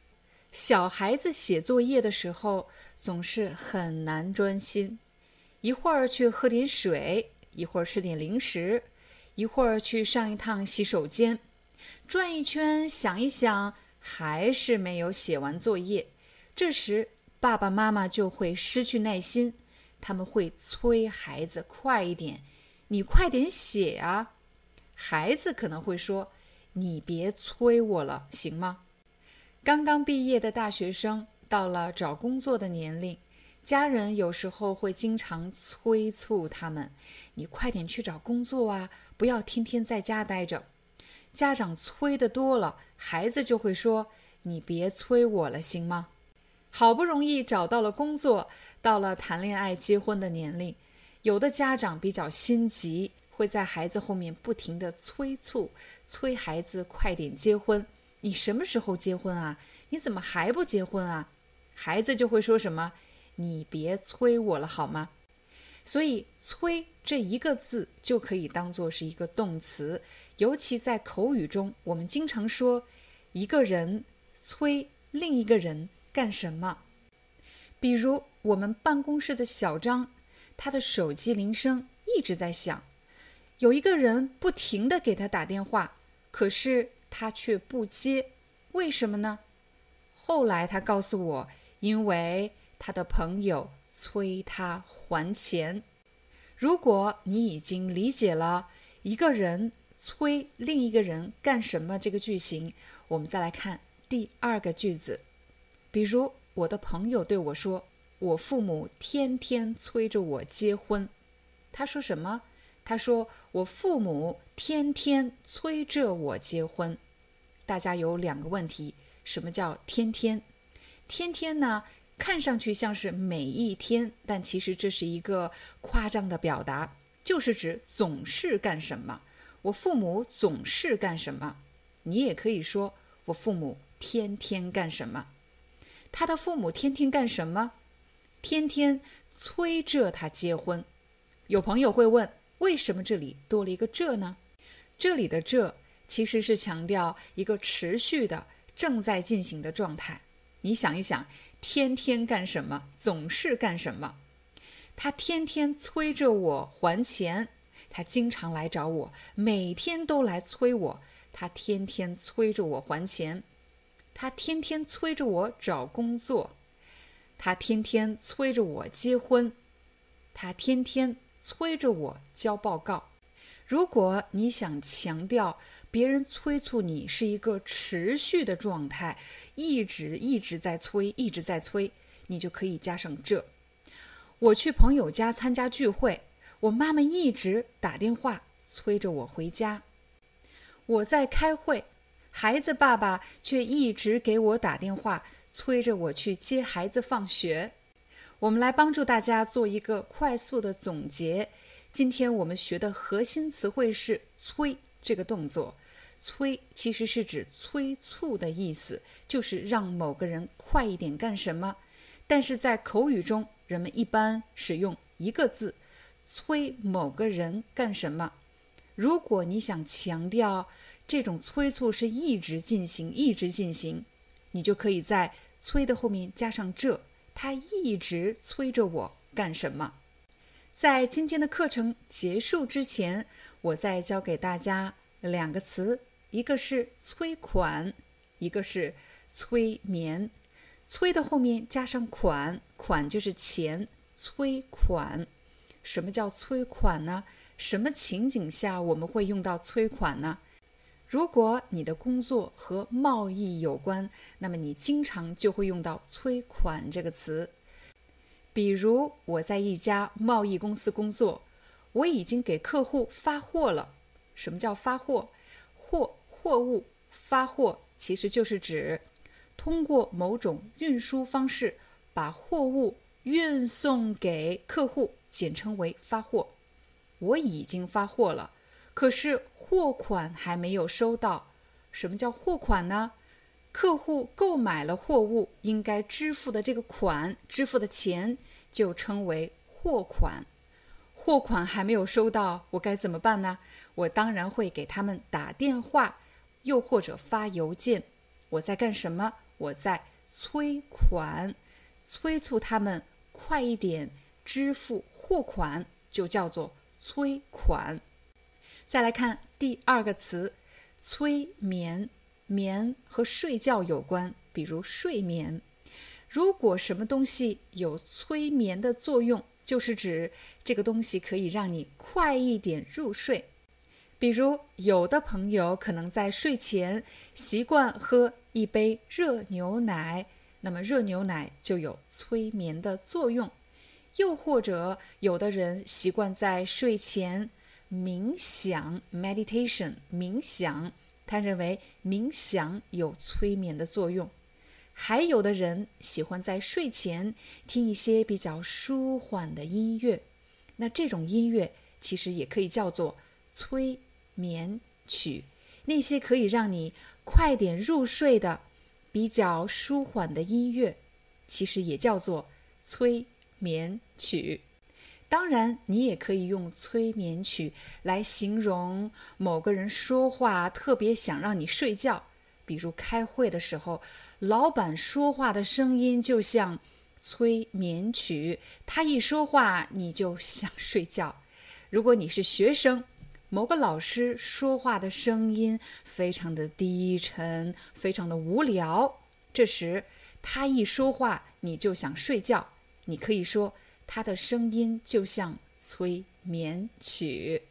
小孩子写作业的时候总是很难专心，一会儿去喝点水，一会儿吃点零食，一会儿去上一趟洗手间，转一圈想一想，还是没有写完作业。这时爸爸妈妈就会失去耐心，他们会催孩子快一点，你快点写啊。孩子可能会说，你别催我了，行吗？刚刚毕业的大学生到了找工作的年龄，家人有时候会经常催促他们，你快点去找工作啊，不要天天在家待着。家长催得多了，孩子就会说，你别催我了，行吗？好不容易找到了工作，到了谈恋爱结婚的年龄，有的家长比较心急，会在孩子后面不停地催促，催孩子快点结婚。你什么时候结婚啊？你怎么还不结婚啊？孩子就会说什么，你别催我了好吗？所以催这一个字就可以当作是一个动词，尤其在口语中，我们经常说一个人催另一个人干什么。比如我们办公室的小张，他的手机铃声一直在响，有一个人不停地给他打电话，可是他却不接，为什么呢？后来他告诉我，因为他的朋友催他还钱。如果你已经理解了一个人催另一个人干什么这个句型，我们再来看第二个句子。比如我的朋友对我说，我父母天天催着我结婚。他说什么？他说我父母天天催着我结婚。大家有两个问题，什么叫天天？天天呢，看上去像是每一天，但其实这是一个夸张的表达，就是指总是干什么。我父母总是干什么？你也可以说我父母天天干什么。他的父母天天干什么？天天催着他结婚。有朋友会问，为什么这里多了一个这呢？这里的这其实是强调一个持续的正在进行的状态。你想一想，天天干什么？总是干什么？他天天催着我还钱，他经常来找我，每天都来催我，他天天催着我还钱。他天天催着我找工作，他天天催着我结婚，他天天催着我交报告。如果你想强调别人催促你是一个持续的状态，一直一直在催，一直在催，你就可以加上这。我去朋友家参加聚会，我妈妈一直打电话催着我回家。我在开会，孩子爸爸却一直给我打电话催着我去接孩子放学。我们来帮助大家做一个快速的总结。今天我们学的核心词汇是催这个动作。催其实是指催促的意思，就是让某个人快一点干什么。但是在口语中，人们一般使用一个字，催某个人干什么。如果你想强调这种催促是一直进行，一直进行，你就可以在催的后面加上这，他一直催着我干什么。在今天的课程结束之前，我再教给大家两个词，一个是催款，一个是催眠。催的后面加上款，款就是钱，催款。什么叫催款呢？什么情景下我们会用到催款呢？如果你的工作和贸易有关，那么你经常就会用到催款这个词。比如我在一家贸易公司工作，我已经给客户发货了。什么叫发货？货货物发货其实就是指通过某种运输方式把货物运送给客户，简称为发货。我已经发货了，可是货款还没有收到。什么叫货款呢？客户购买了货物，应该支付的这个款，支付的钱就称为货款。货款还没有收到，我该怎么办呢？我当然会给他们打电话，又或者发邮件。我在干什么？我在催款，催促他们快一点支付货款，就叫做催款。再来看第二个词，催眠。眠和睡觉有关，比如睡眠。如果什么东西有催眠的作用，就是指这个东西可以让你快一点入睡。比如有的朋友可能在睡前习惯喝一杯热牛奶，那么热牛奶就有催眠的作用。又或者有的人习惯在睡前冥想 meditation 冥想，他认为冥想有催眠的作用。还有的人喜欢在睡前听一些比较舒缓的音乐，那这种音乐其实也可以叫做催眠曲。那些可以让你快点入睡的比较舒缓的音乐，其实也叫做催眠曲。当然，你也可以用催眠曲来形容某个人说话特别想让你睡觉。比如开会的时候，老板说话的声音就像催眠曲，他一说话你就想睡觉。如果你是学生，某个老师说话的声音非常的低沉，非常的无聊，这时他一说话你就想睡觉，你可以说他的声音就像催眠曲。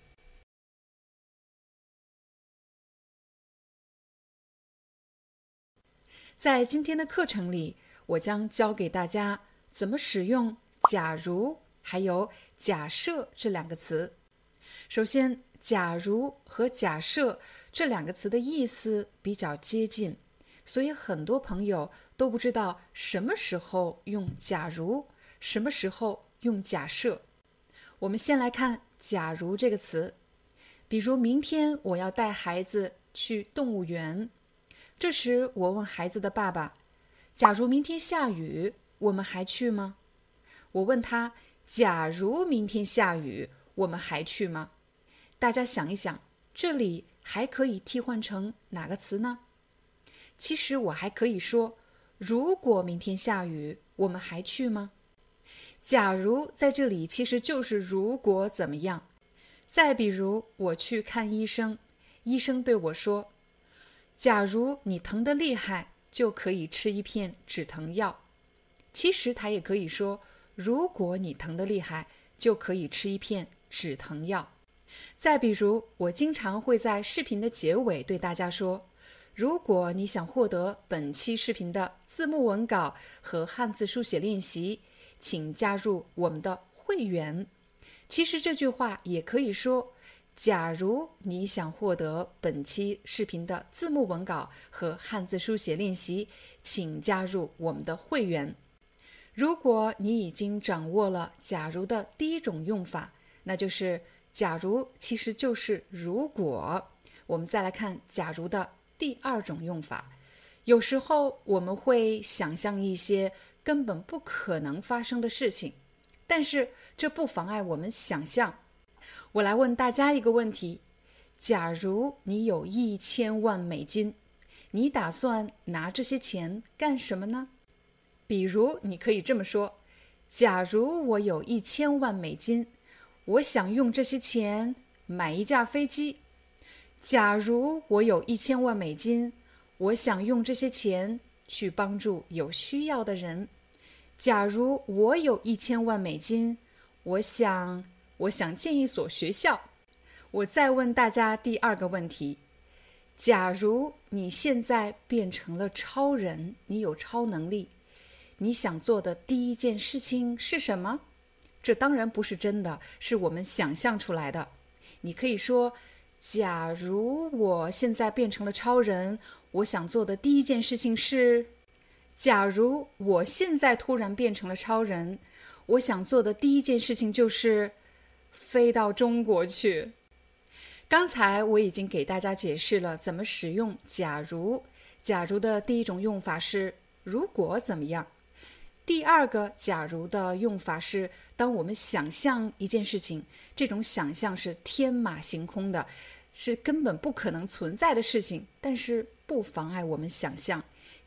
在今天的课程里，我将教给大家怎么使用假如还有假设这两个词。首先，假如和假设这两个词的意思比较接近，所以很多朋友都不知道什么时候用假如，什么时候用假设。我们先来看假如这个词。比如明天我要带孩子去动物园，这时我问孩子的爸爸，假如明天下雨，我们还去吗？我问他，假如明天下雨，我们还去吗？大家想一想，这里还可以替换成哪个词呢？其实我还可以说，如果明天下雨，我们还去吗？假如在这里其实就是如果怎么样。再比如我去看医生，医生对我说，假如你疼得厉害，就可以吃一片止疼药。其实他也可以说，如果你疼得厉害，就可以吃一片止疼药。再比如我经常会在视频的结尾对大家说，如果你想获得本期视频的字幕文稿和汉字书写练习，请加入我们的会员。其实这句话也可以说，假如你想获得本期视频的字幕文稿和汉字书写练习，请加入我们的会员。如果你已经掌握了假如的第一种用法，那就是假如其实就是如果。我们再来看假如的第二种用法。有时候我们会想象一些根本不可能发生的事情，但是这不妨碍我们想象。我来问大家一个问题，假如你有一千万美金，你打算拿这些钱干什么呢？比如你可以这么说，假如我有一千万美金，我想用这些钱买一架飞机。假如我有一千万美金，我想用这些钱去帮助有需要的人。假如我有一千万美金，我想我想建一所学校。我再问大家第二个问题，假如你现在变成了超人，你有超能力，你想做的第一件事情是什么？这当然不是真的，是我们想象出来的。你可以说，假如我现在变成了超人，我想做的第一件事情是……假如我现在突然变成了超人，我想做的第一件事情就是飞到中国去。刚才我已经给大家解释了怎么使用假如。假如的第一种用法是如果怎么样。第二个假如的用法是当我们想象一件事情，这种想象是天马行空的，是根本不可能存在的事情，但是不妨碍我们想象。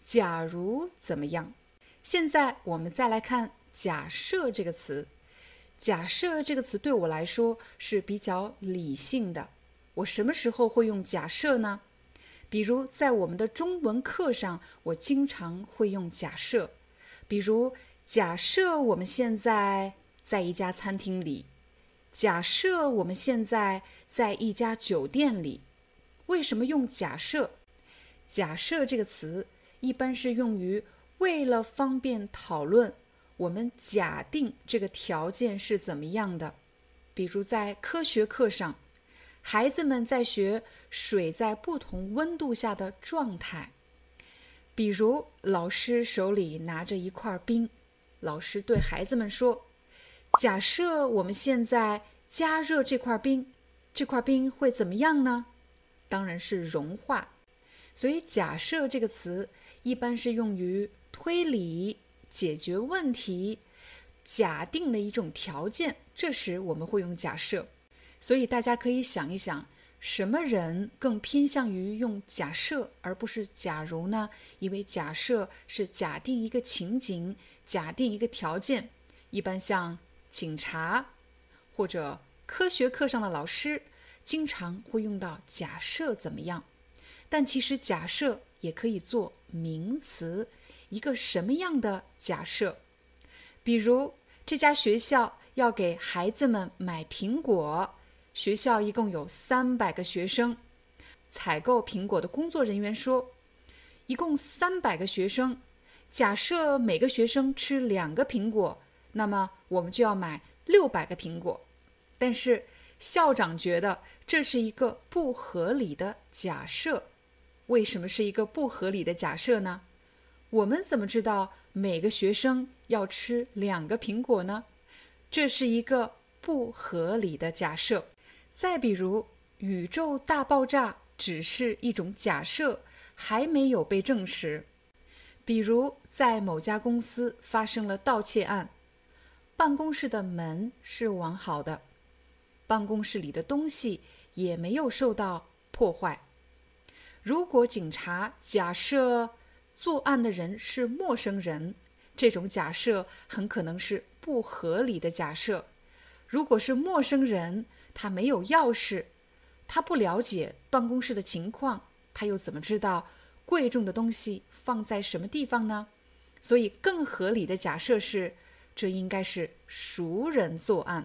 假如怎么样？现在我们再来看假设这个词。假设这个词对我来说是比较理性的。我什么时候会用假设呢？比如在我们的中文课上，我经常会用假设。比如，假设我们现在在一家餐厅里，假设我们现在在一家酒店里。为什么用假设？假设这个词一般是用于为了方便讨论，我们假定这个条件是怎么样的。比如在科学课上，孩子们在学水在不同温度下的状态。比如老师手里拿着一块冰，老师对孩子们说，假设我们现在加热这块冰，这块冰会怎么样呢？当然是融化。所以假设这个词一般是用于推理、解决问题、假定的一种条件，这时我们会用假设。所以大家可以想一想，什么人更偏向于用假设而不是假如呢？因为假设是假定一个情景，假定一个条件，一般像警察或者科学课上的老师经常会用到假设怎么样。但其实假设也可以做名词，一个什么样的假设？比如这家学校要给孩子们买苹果，学校一共有三百个学生。采购苹果的工作人员说，一共三百个学生，假设每个学生吃两个苹果，那么我们就要买六百个苹果。但是校长觉得这是一个不合理的假设。为什么是一个不合理的假设呢？我们怎么知道每个学生要吃两个苹果呢？这是一个不合理的假设。再比如，宇宙大爆炸只是一种假设，还没有被证实。比如在某家公司发生了盗窃案，办公室的门是完好的，办公室里的东西也没有受到破坏。如果警察假设作案的人是陌生人，这种假设很可能是不合理的假设。如果是陌生人，他没有钥匙，他不了解办公室的情况，他又怎么知道贵重的东西放在什么地方呢？所以更合理的假设是，这应该是熟人作案。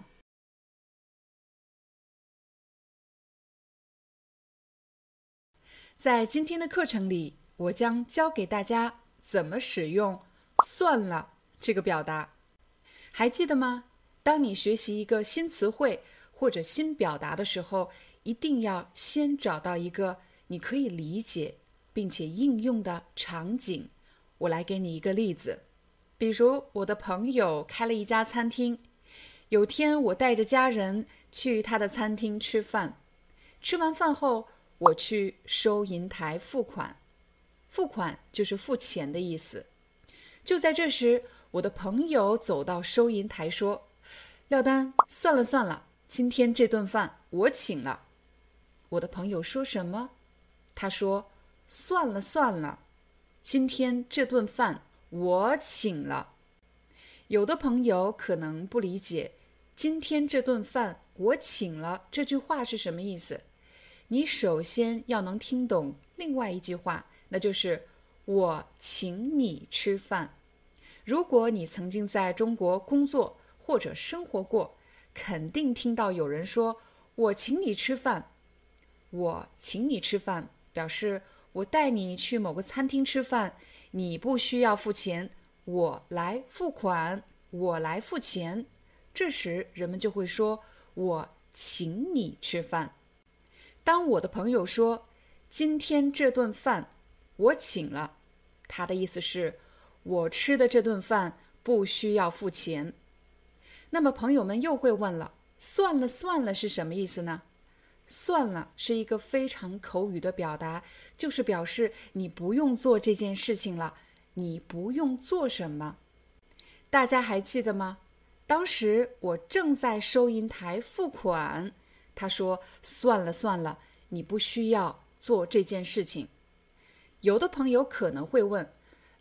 在今天的课程里，我将教给大家怎么使用算了这个表达。还记得吗？当你学习一个新词汇或者新表达的时候，一定要先找到一个你可以理解并且应用的场景。我来给你一个例子，比如我的朋友开了一家餐厅，有天我带着家人去他的餐厅吃饭，吃完饭后我去收银台付款，付款就是付钱的意思。就在这时，我的朋友走到收银台说，廖丹，算了算了，今天这顿饭我请了。我的朋友说什么？他说，算了算了，今天这顿饭我请了。有的朋友可能不理解，今天这顿饭我请了这句话是什么意思。你首先要能听懂另外一句话，那就是我请你吃饭。如果你曾经在中国工作或者生活过，肯定听到有人说我请你吃饭。我请你吃饭表示我带你去某个餐厅吃饭，你不需要付钱，我来付款，我来付钱。这时人们就会说我请你吃饭。当我的朋友说今天这顿饭我请了，他的意思是我吃的这顿饭不需要付钱。那么朋友们又会问了，算了算了是什么意思呢？算了是一个非常口语的表达，就是表示你不用做这件事情了，你不用做什么。大家还记得吗？当时我正在收银台付款，他说算了算了，你不需要做这件事情。有的朋友可能会问，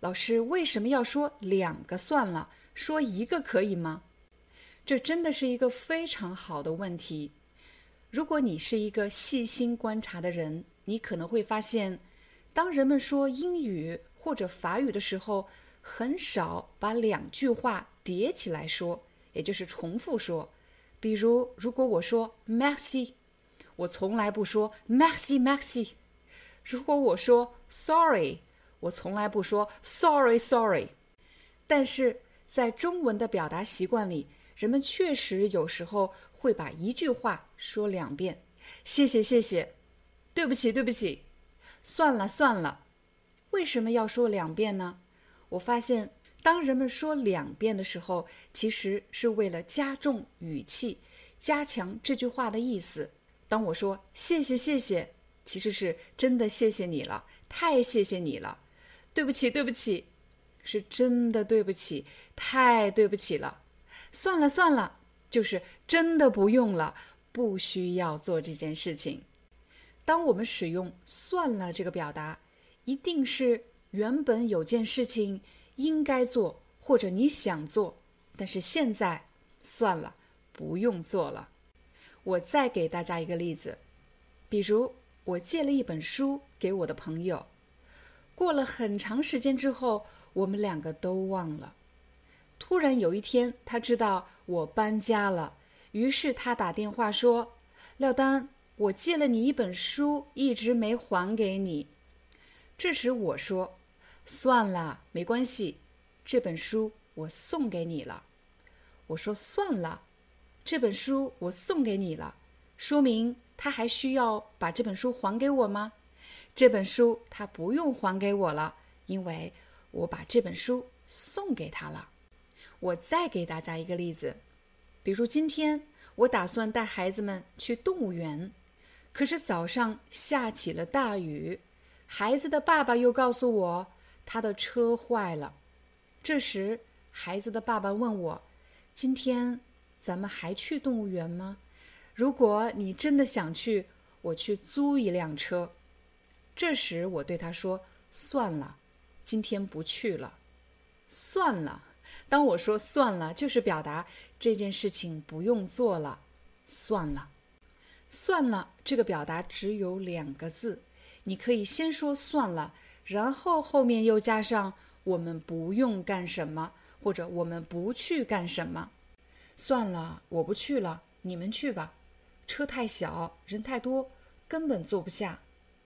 老师为什么要说两个算了，说一个可以吗？这真的是一个非常好的问题。如果你是一个细心观察的人，你可能会发现，当人们说英语或者法语的时候，很少把两句话叠起来说，也就是重复说。比如，如果我说 merci， 我从来不说 merci merci。如果我说 sorry， 我从来不说 sorry sorry。但是在中文的表达习惯里，人们确实有时候会把一句话说两遍，谢谢谢谢，对不起对不起，算了算了。为什么要说两遍呢？我发现当人们说两遍的时候，其实是为了加重语气，加强这句话的意思。当我说谢谢谢谢，其实是真的谢谢你了，太谢谢你了。对不起对不起，是真的对不起，太对不起了。算了算了，就是真的不用了，不需要做这件事情。当我们使用算了这个表达，一定是原本有件事情应该做，或者你想做，但是现在算了，不用做了。我再给大家一个例子，比如我借了一本书给我的朋友，过了很长时间之后，我们两个都忘了。突然有一天，他知道我搬家了，于是他打电话说：廖丹，我借了你一本书，一直没还给你。这时我说：算了，没关系，这本书我送给你了。我说算了，这本书我送给你了，说明他还需要把这本书还给我吗？这本书他不用还给我了，因为我把这本书送给他了。我再给大家一个例子，比如今天我打算带孩子们去动物园，可是早上下起了大雨，孩子的爸爸又告诉我他的车坏了。这时孩子的爸爸问我，今天咱们还去动物园吗？如果你真的想去，我去租一辆车。这时我对他说，算了，今天不去了。算了，当我说算了，就是表达这件事情不用做了，算了。算了这个表达只有两个字，你可以先说算了，然后后面又加上我们不用干什么，或者我们不去干什么。算了，我不去了，你们去吧，车太小，人太多，根本坐不下。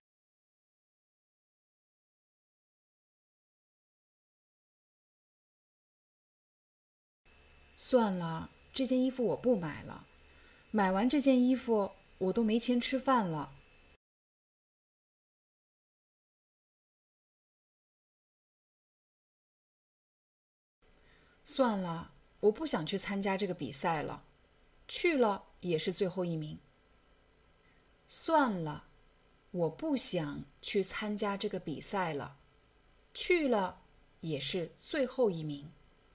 算了，这件衣服我不买了，买完这件衣服我都没钱吃饭了。算了，我不想去参加这个比赛了，去了也是最后一名。算了，我不想去参加这个比赛了，去了也是最后一名。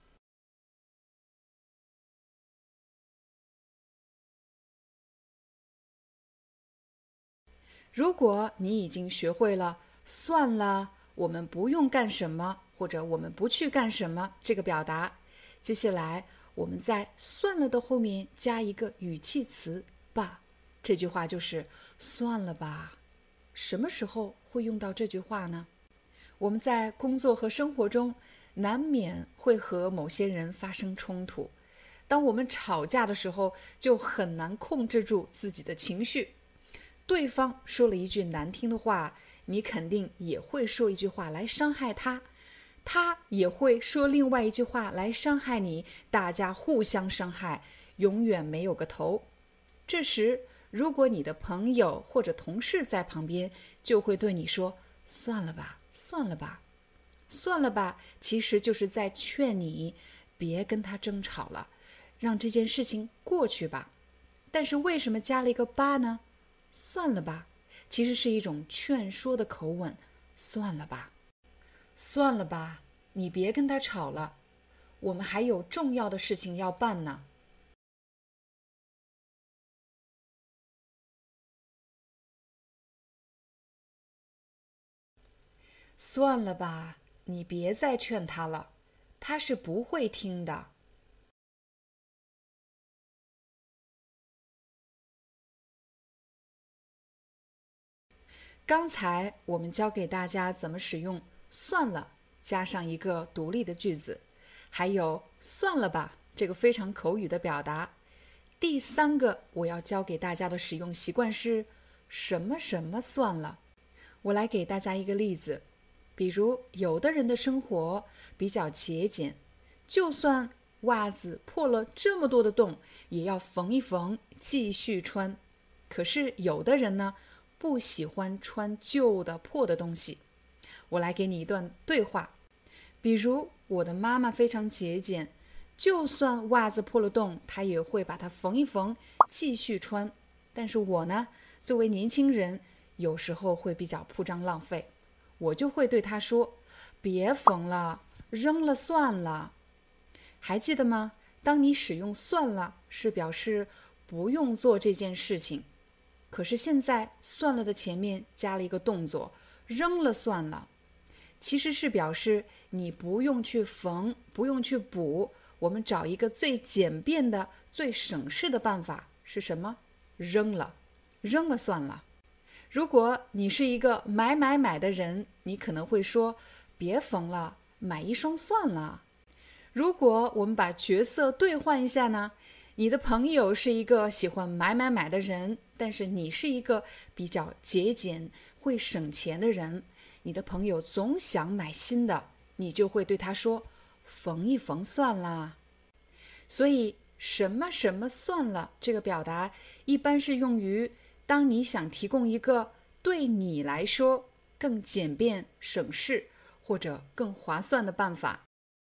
如果你已经学会了算了，我们不用干什么，或者我们不去干什么这个表达，接下来我们在算了的后面加一个语气词吧，这句话就是算了吧。什么时候会用到这句话呢？我们在工作和生活中难免会和某些人发生冲突，当我们吵架的时候，就很难控制住自己的情绪。对方说了一句难听的话，你肯定也会说一句话来伤害他，他也会说另外一句话来伤害你，大家互相伤害，永远没有个头。这时如果你的朋友或者同事在旁边，就会对你说，算了吧算了吧。算了吧其实就是在劝你别跟他争吵了，让这件事情过去吧。但是为什么加了一个吧呢？算了吧其实是一种劝说的口吻，算了吧算了吧，你别跟他吵了，我们还有重要的事情要办呢。算了吧， 你别再劝他了，他是不会听的。刚才我们教给大家怎么使用算了加上一个独立的句子，还有算了吧这个非常口语的表达。第三个我要教给大家的使用习惯是什么什么算了。我来给大家一个例子，比如有的人的生活比较节俭，就算袜子破了这么多的洞，也要缝一缝继续穿。可是有的人呢，不喜欢穿旧的破的东西。我来给你一段对话，比如我的妈妈非常节俭，就算袜子破了洞，她也会把它缝一缝继续穿。但是我呢，作为年轻人，有时候会比较铺张浪费，我就会对她说，别缝了，扔了算了。还记得吗？当你使用算了，是表示不用做这件事情。可是现在算了的前面加了一个动作，扔了算了，其实是表示你不用去缝，不用去补，我们找一个最简便的最省事的办法是什么？扔了，扔了算了。如果你是一个买买买的人，你可能会说，别缝了，买一双算了。如果我们把角色兑换一下呢，你的朋友是一个喜欢买买买的人，但是你是一个比较节俭会省钱的人，你的朋友总想买新的，你就会对他说，缝一缝算啦。所以什么什么算了这个表达一般是用于当你想提供一个对你来说更简便省事或者更划算的办法。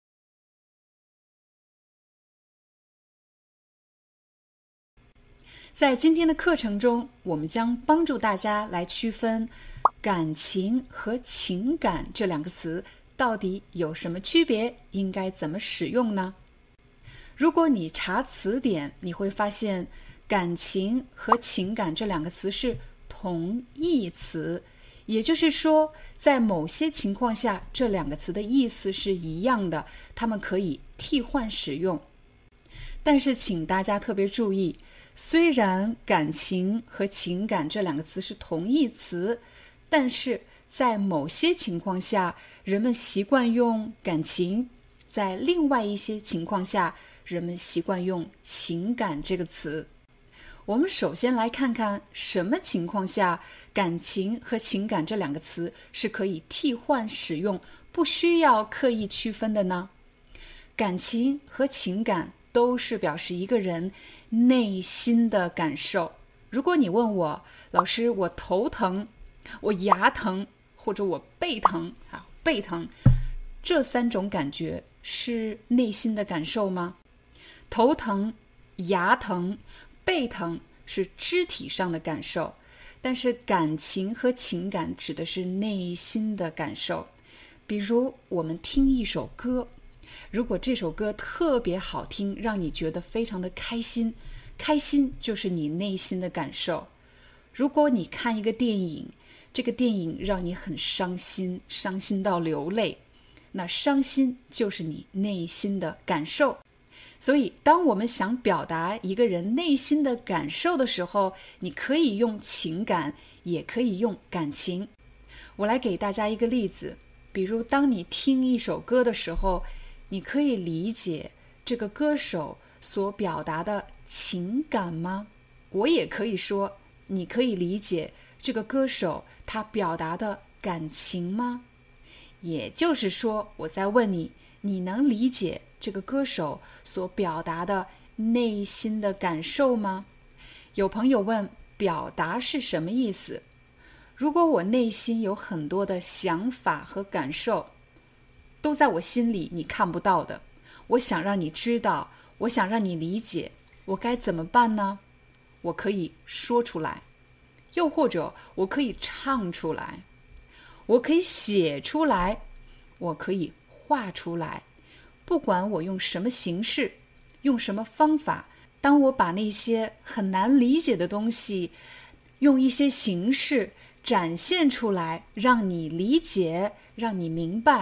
在今天的课程中，我们将帮助大家来区分感情和情感这两个词到底有什么区别，应该怎么使用呢？如果你查词典，你会发现感情和情感这两个词是同义词，也就是说，在某些情况下，这两个词的意思是一样的，它们可以替换使用。但是请大家特别注意，虽然感情和情感这两个词是同义词，但是在某些情况下，人们习惯用感情，在另外一些情况下，人们习惯用情感这个词。我们首先来看看什么情况下感情和情感这两个词是可以替换使用，不需要刻意区分的呢？感情和情感都是表示一个人内心的感受。如果你问我，老师，我头疼，我牙疼，或者我背疼啊，背疼，这三种感觉是内心的感受吗？头疼、牙疼、背疼是肢体上的感受，但是感情和情感指的是内心的感受。比如我们听一首歌，如果这首歌特别好听，让你觉得非常的开心，开心就是你内心的感受。如果你看一个电影，这个电影让你很伤心，伤心到流泪，那伤心就是你内心的感受。所以当我们想表达一个人内心的感受的时候，你可以用情感，也可以用感情。我来给大家一个例子，比如当你听一首歌的时候，你可以理解这个歌手所表达的情感吗？我也可以说，你可以理解这个歌手他表达的感情吗？也就是说，我在问你，你能理解这个歌手所表达的内心的感受吗？有朋友问，表达是什么意思？如果我内心有很多的想法和感受，都在我心里，你看不到的，我想让你知道，我想让你理解，我该怎么办呢？我可以说出来，又或者我可以唱出来，我可以写出来，我可以画出来。不管我用什么形式，用什么方法，当我把那些很难理解的东西用一些形式展现出来，让你理解，让你明白，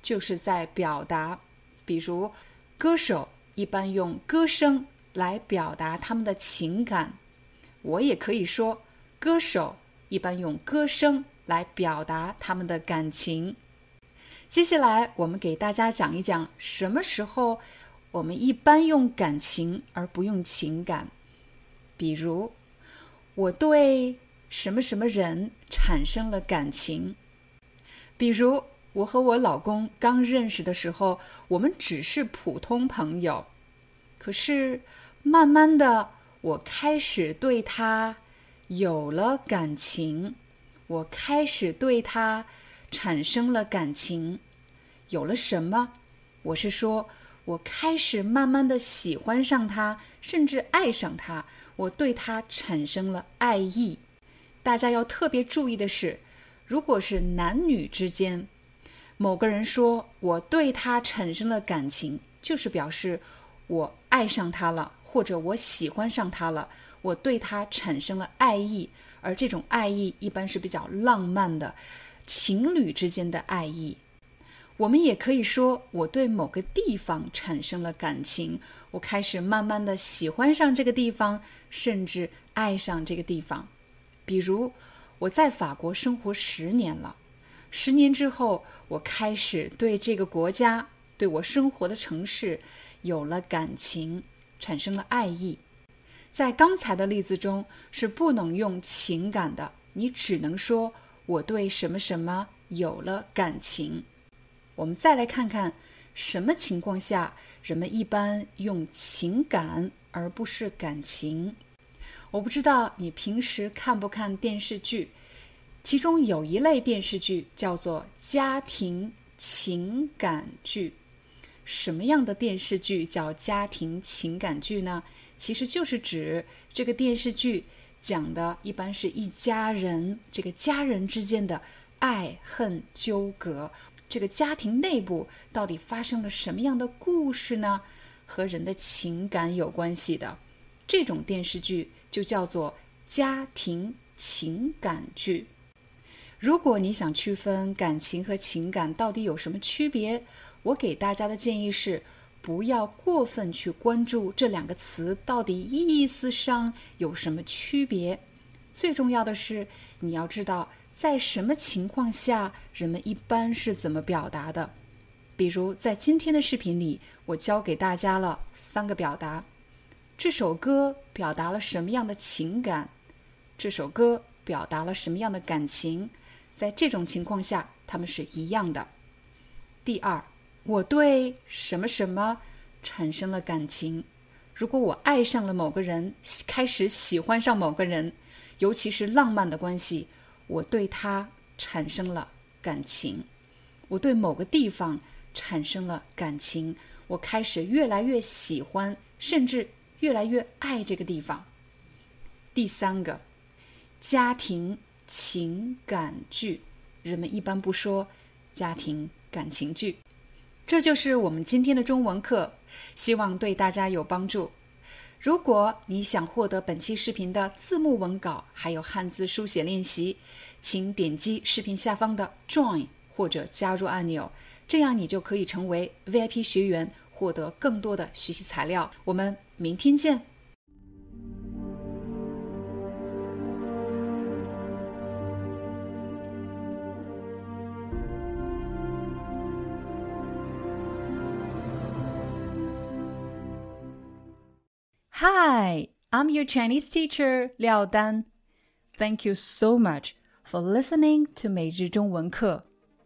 就是在表达。比如歌手一般用歌声来表达他们的情感，我也可以说歌手一般用歌声来表达他们的感情。接下来我们给大家讲一讲什么时候我们一般用感情而不用情感。比如我对什么什么人产生了感情。比如我和我老公刚认识的时候，我们只是普通朋友，可是慢慢的我开始对他有了感情，我开始对他产生了感情。有了什么？我是说我开始慢慢的喜欢上他，甚至爱上他，我对他产生了爱意。大家要特别注意的是，如果是男女之间，某个人说我对他产生了感情，就是表示我爱上他了，或者我喜欢上他了，我对他产生了爱意。而这种爱意一般是比较浪漫的，情侣之间的爱意。我们也可以说我对某个地方产生了感情，我开始慢慢的喜欢上这个地方，甚至爱上这个地方。比如我在法国生活十年了，十年之后我开始对这个国家，对我生活的城市有了感情，产生了爱意。在刚才的例子中是不能用情感的，你只能说我对什么什么有了感情。我们再来看看什么情况下人们一般用情感而不是感情。我不知道你平时看不看电视剧，其中有一类电视剧叫做家庭情感剧。什么样的电视剧叫家庭情感剧呢？其实就是指这个电视剧讲的一般是一家人，这个家人之间的爱恨纠葛，这个家庭内部到底发生了什么样的故事呢？和人的情感有关系的，这种电视剧就叫做家庭情感剧。如果你想区分感情和情感到底有什么区别，我给大家的建议是不要过分去关注这两个词到底意思上有什么区别。最重要的是你要知道在什么情况下人们一般是怎么表达的。比如在今天的视频里，我教给大家了三个表达。这首歌表达了什么样的情感？这首歌表达了什么样的感情？在这种情况下，它们是一样的。第二，我对什么什么产生了感情。如果我爱上了某个人，开始喜欢上某个人，尤其是浪漫的关系，我对他产生了感情。我对某个地方产生了感情，我开始越来越喜欢，甚至越来越爱这个地方。第三个，家庭情感剧，人们一般不说家庭感情剧。这就是我们今天的中文课，希望对大家有帮助。如果你想获得本期视频的字幕文稿，还有汉字书写练习，请点击视频下方的 Join 或者加入按钮，这样你就可以成为 V I P 学员，获得更多的学习材料。我们明天见。Hi, I'm your Chinese teacher, Liao Dan. Thank you so much for listening to 每日中文课.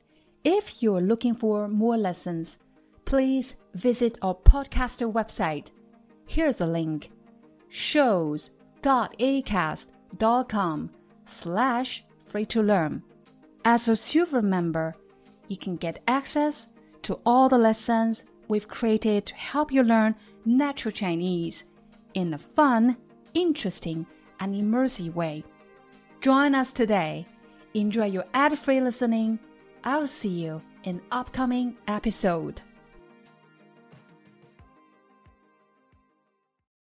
If you're looking for more lessons, please visit our podcaster website. Here's a link: shows.acast.com slash free to learn. As a silver member, you can get access to all the lessons we've created to help you learn natural Chinese in a fun, interesting, and immersive way. Join us today. Enjoy your ad-free listening. I'll see you in upcoming episode.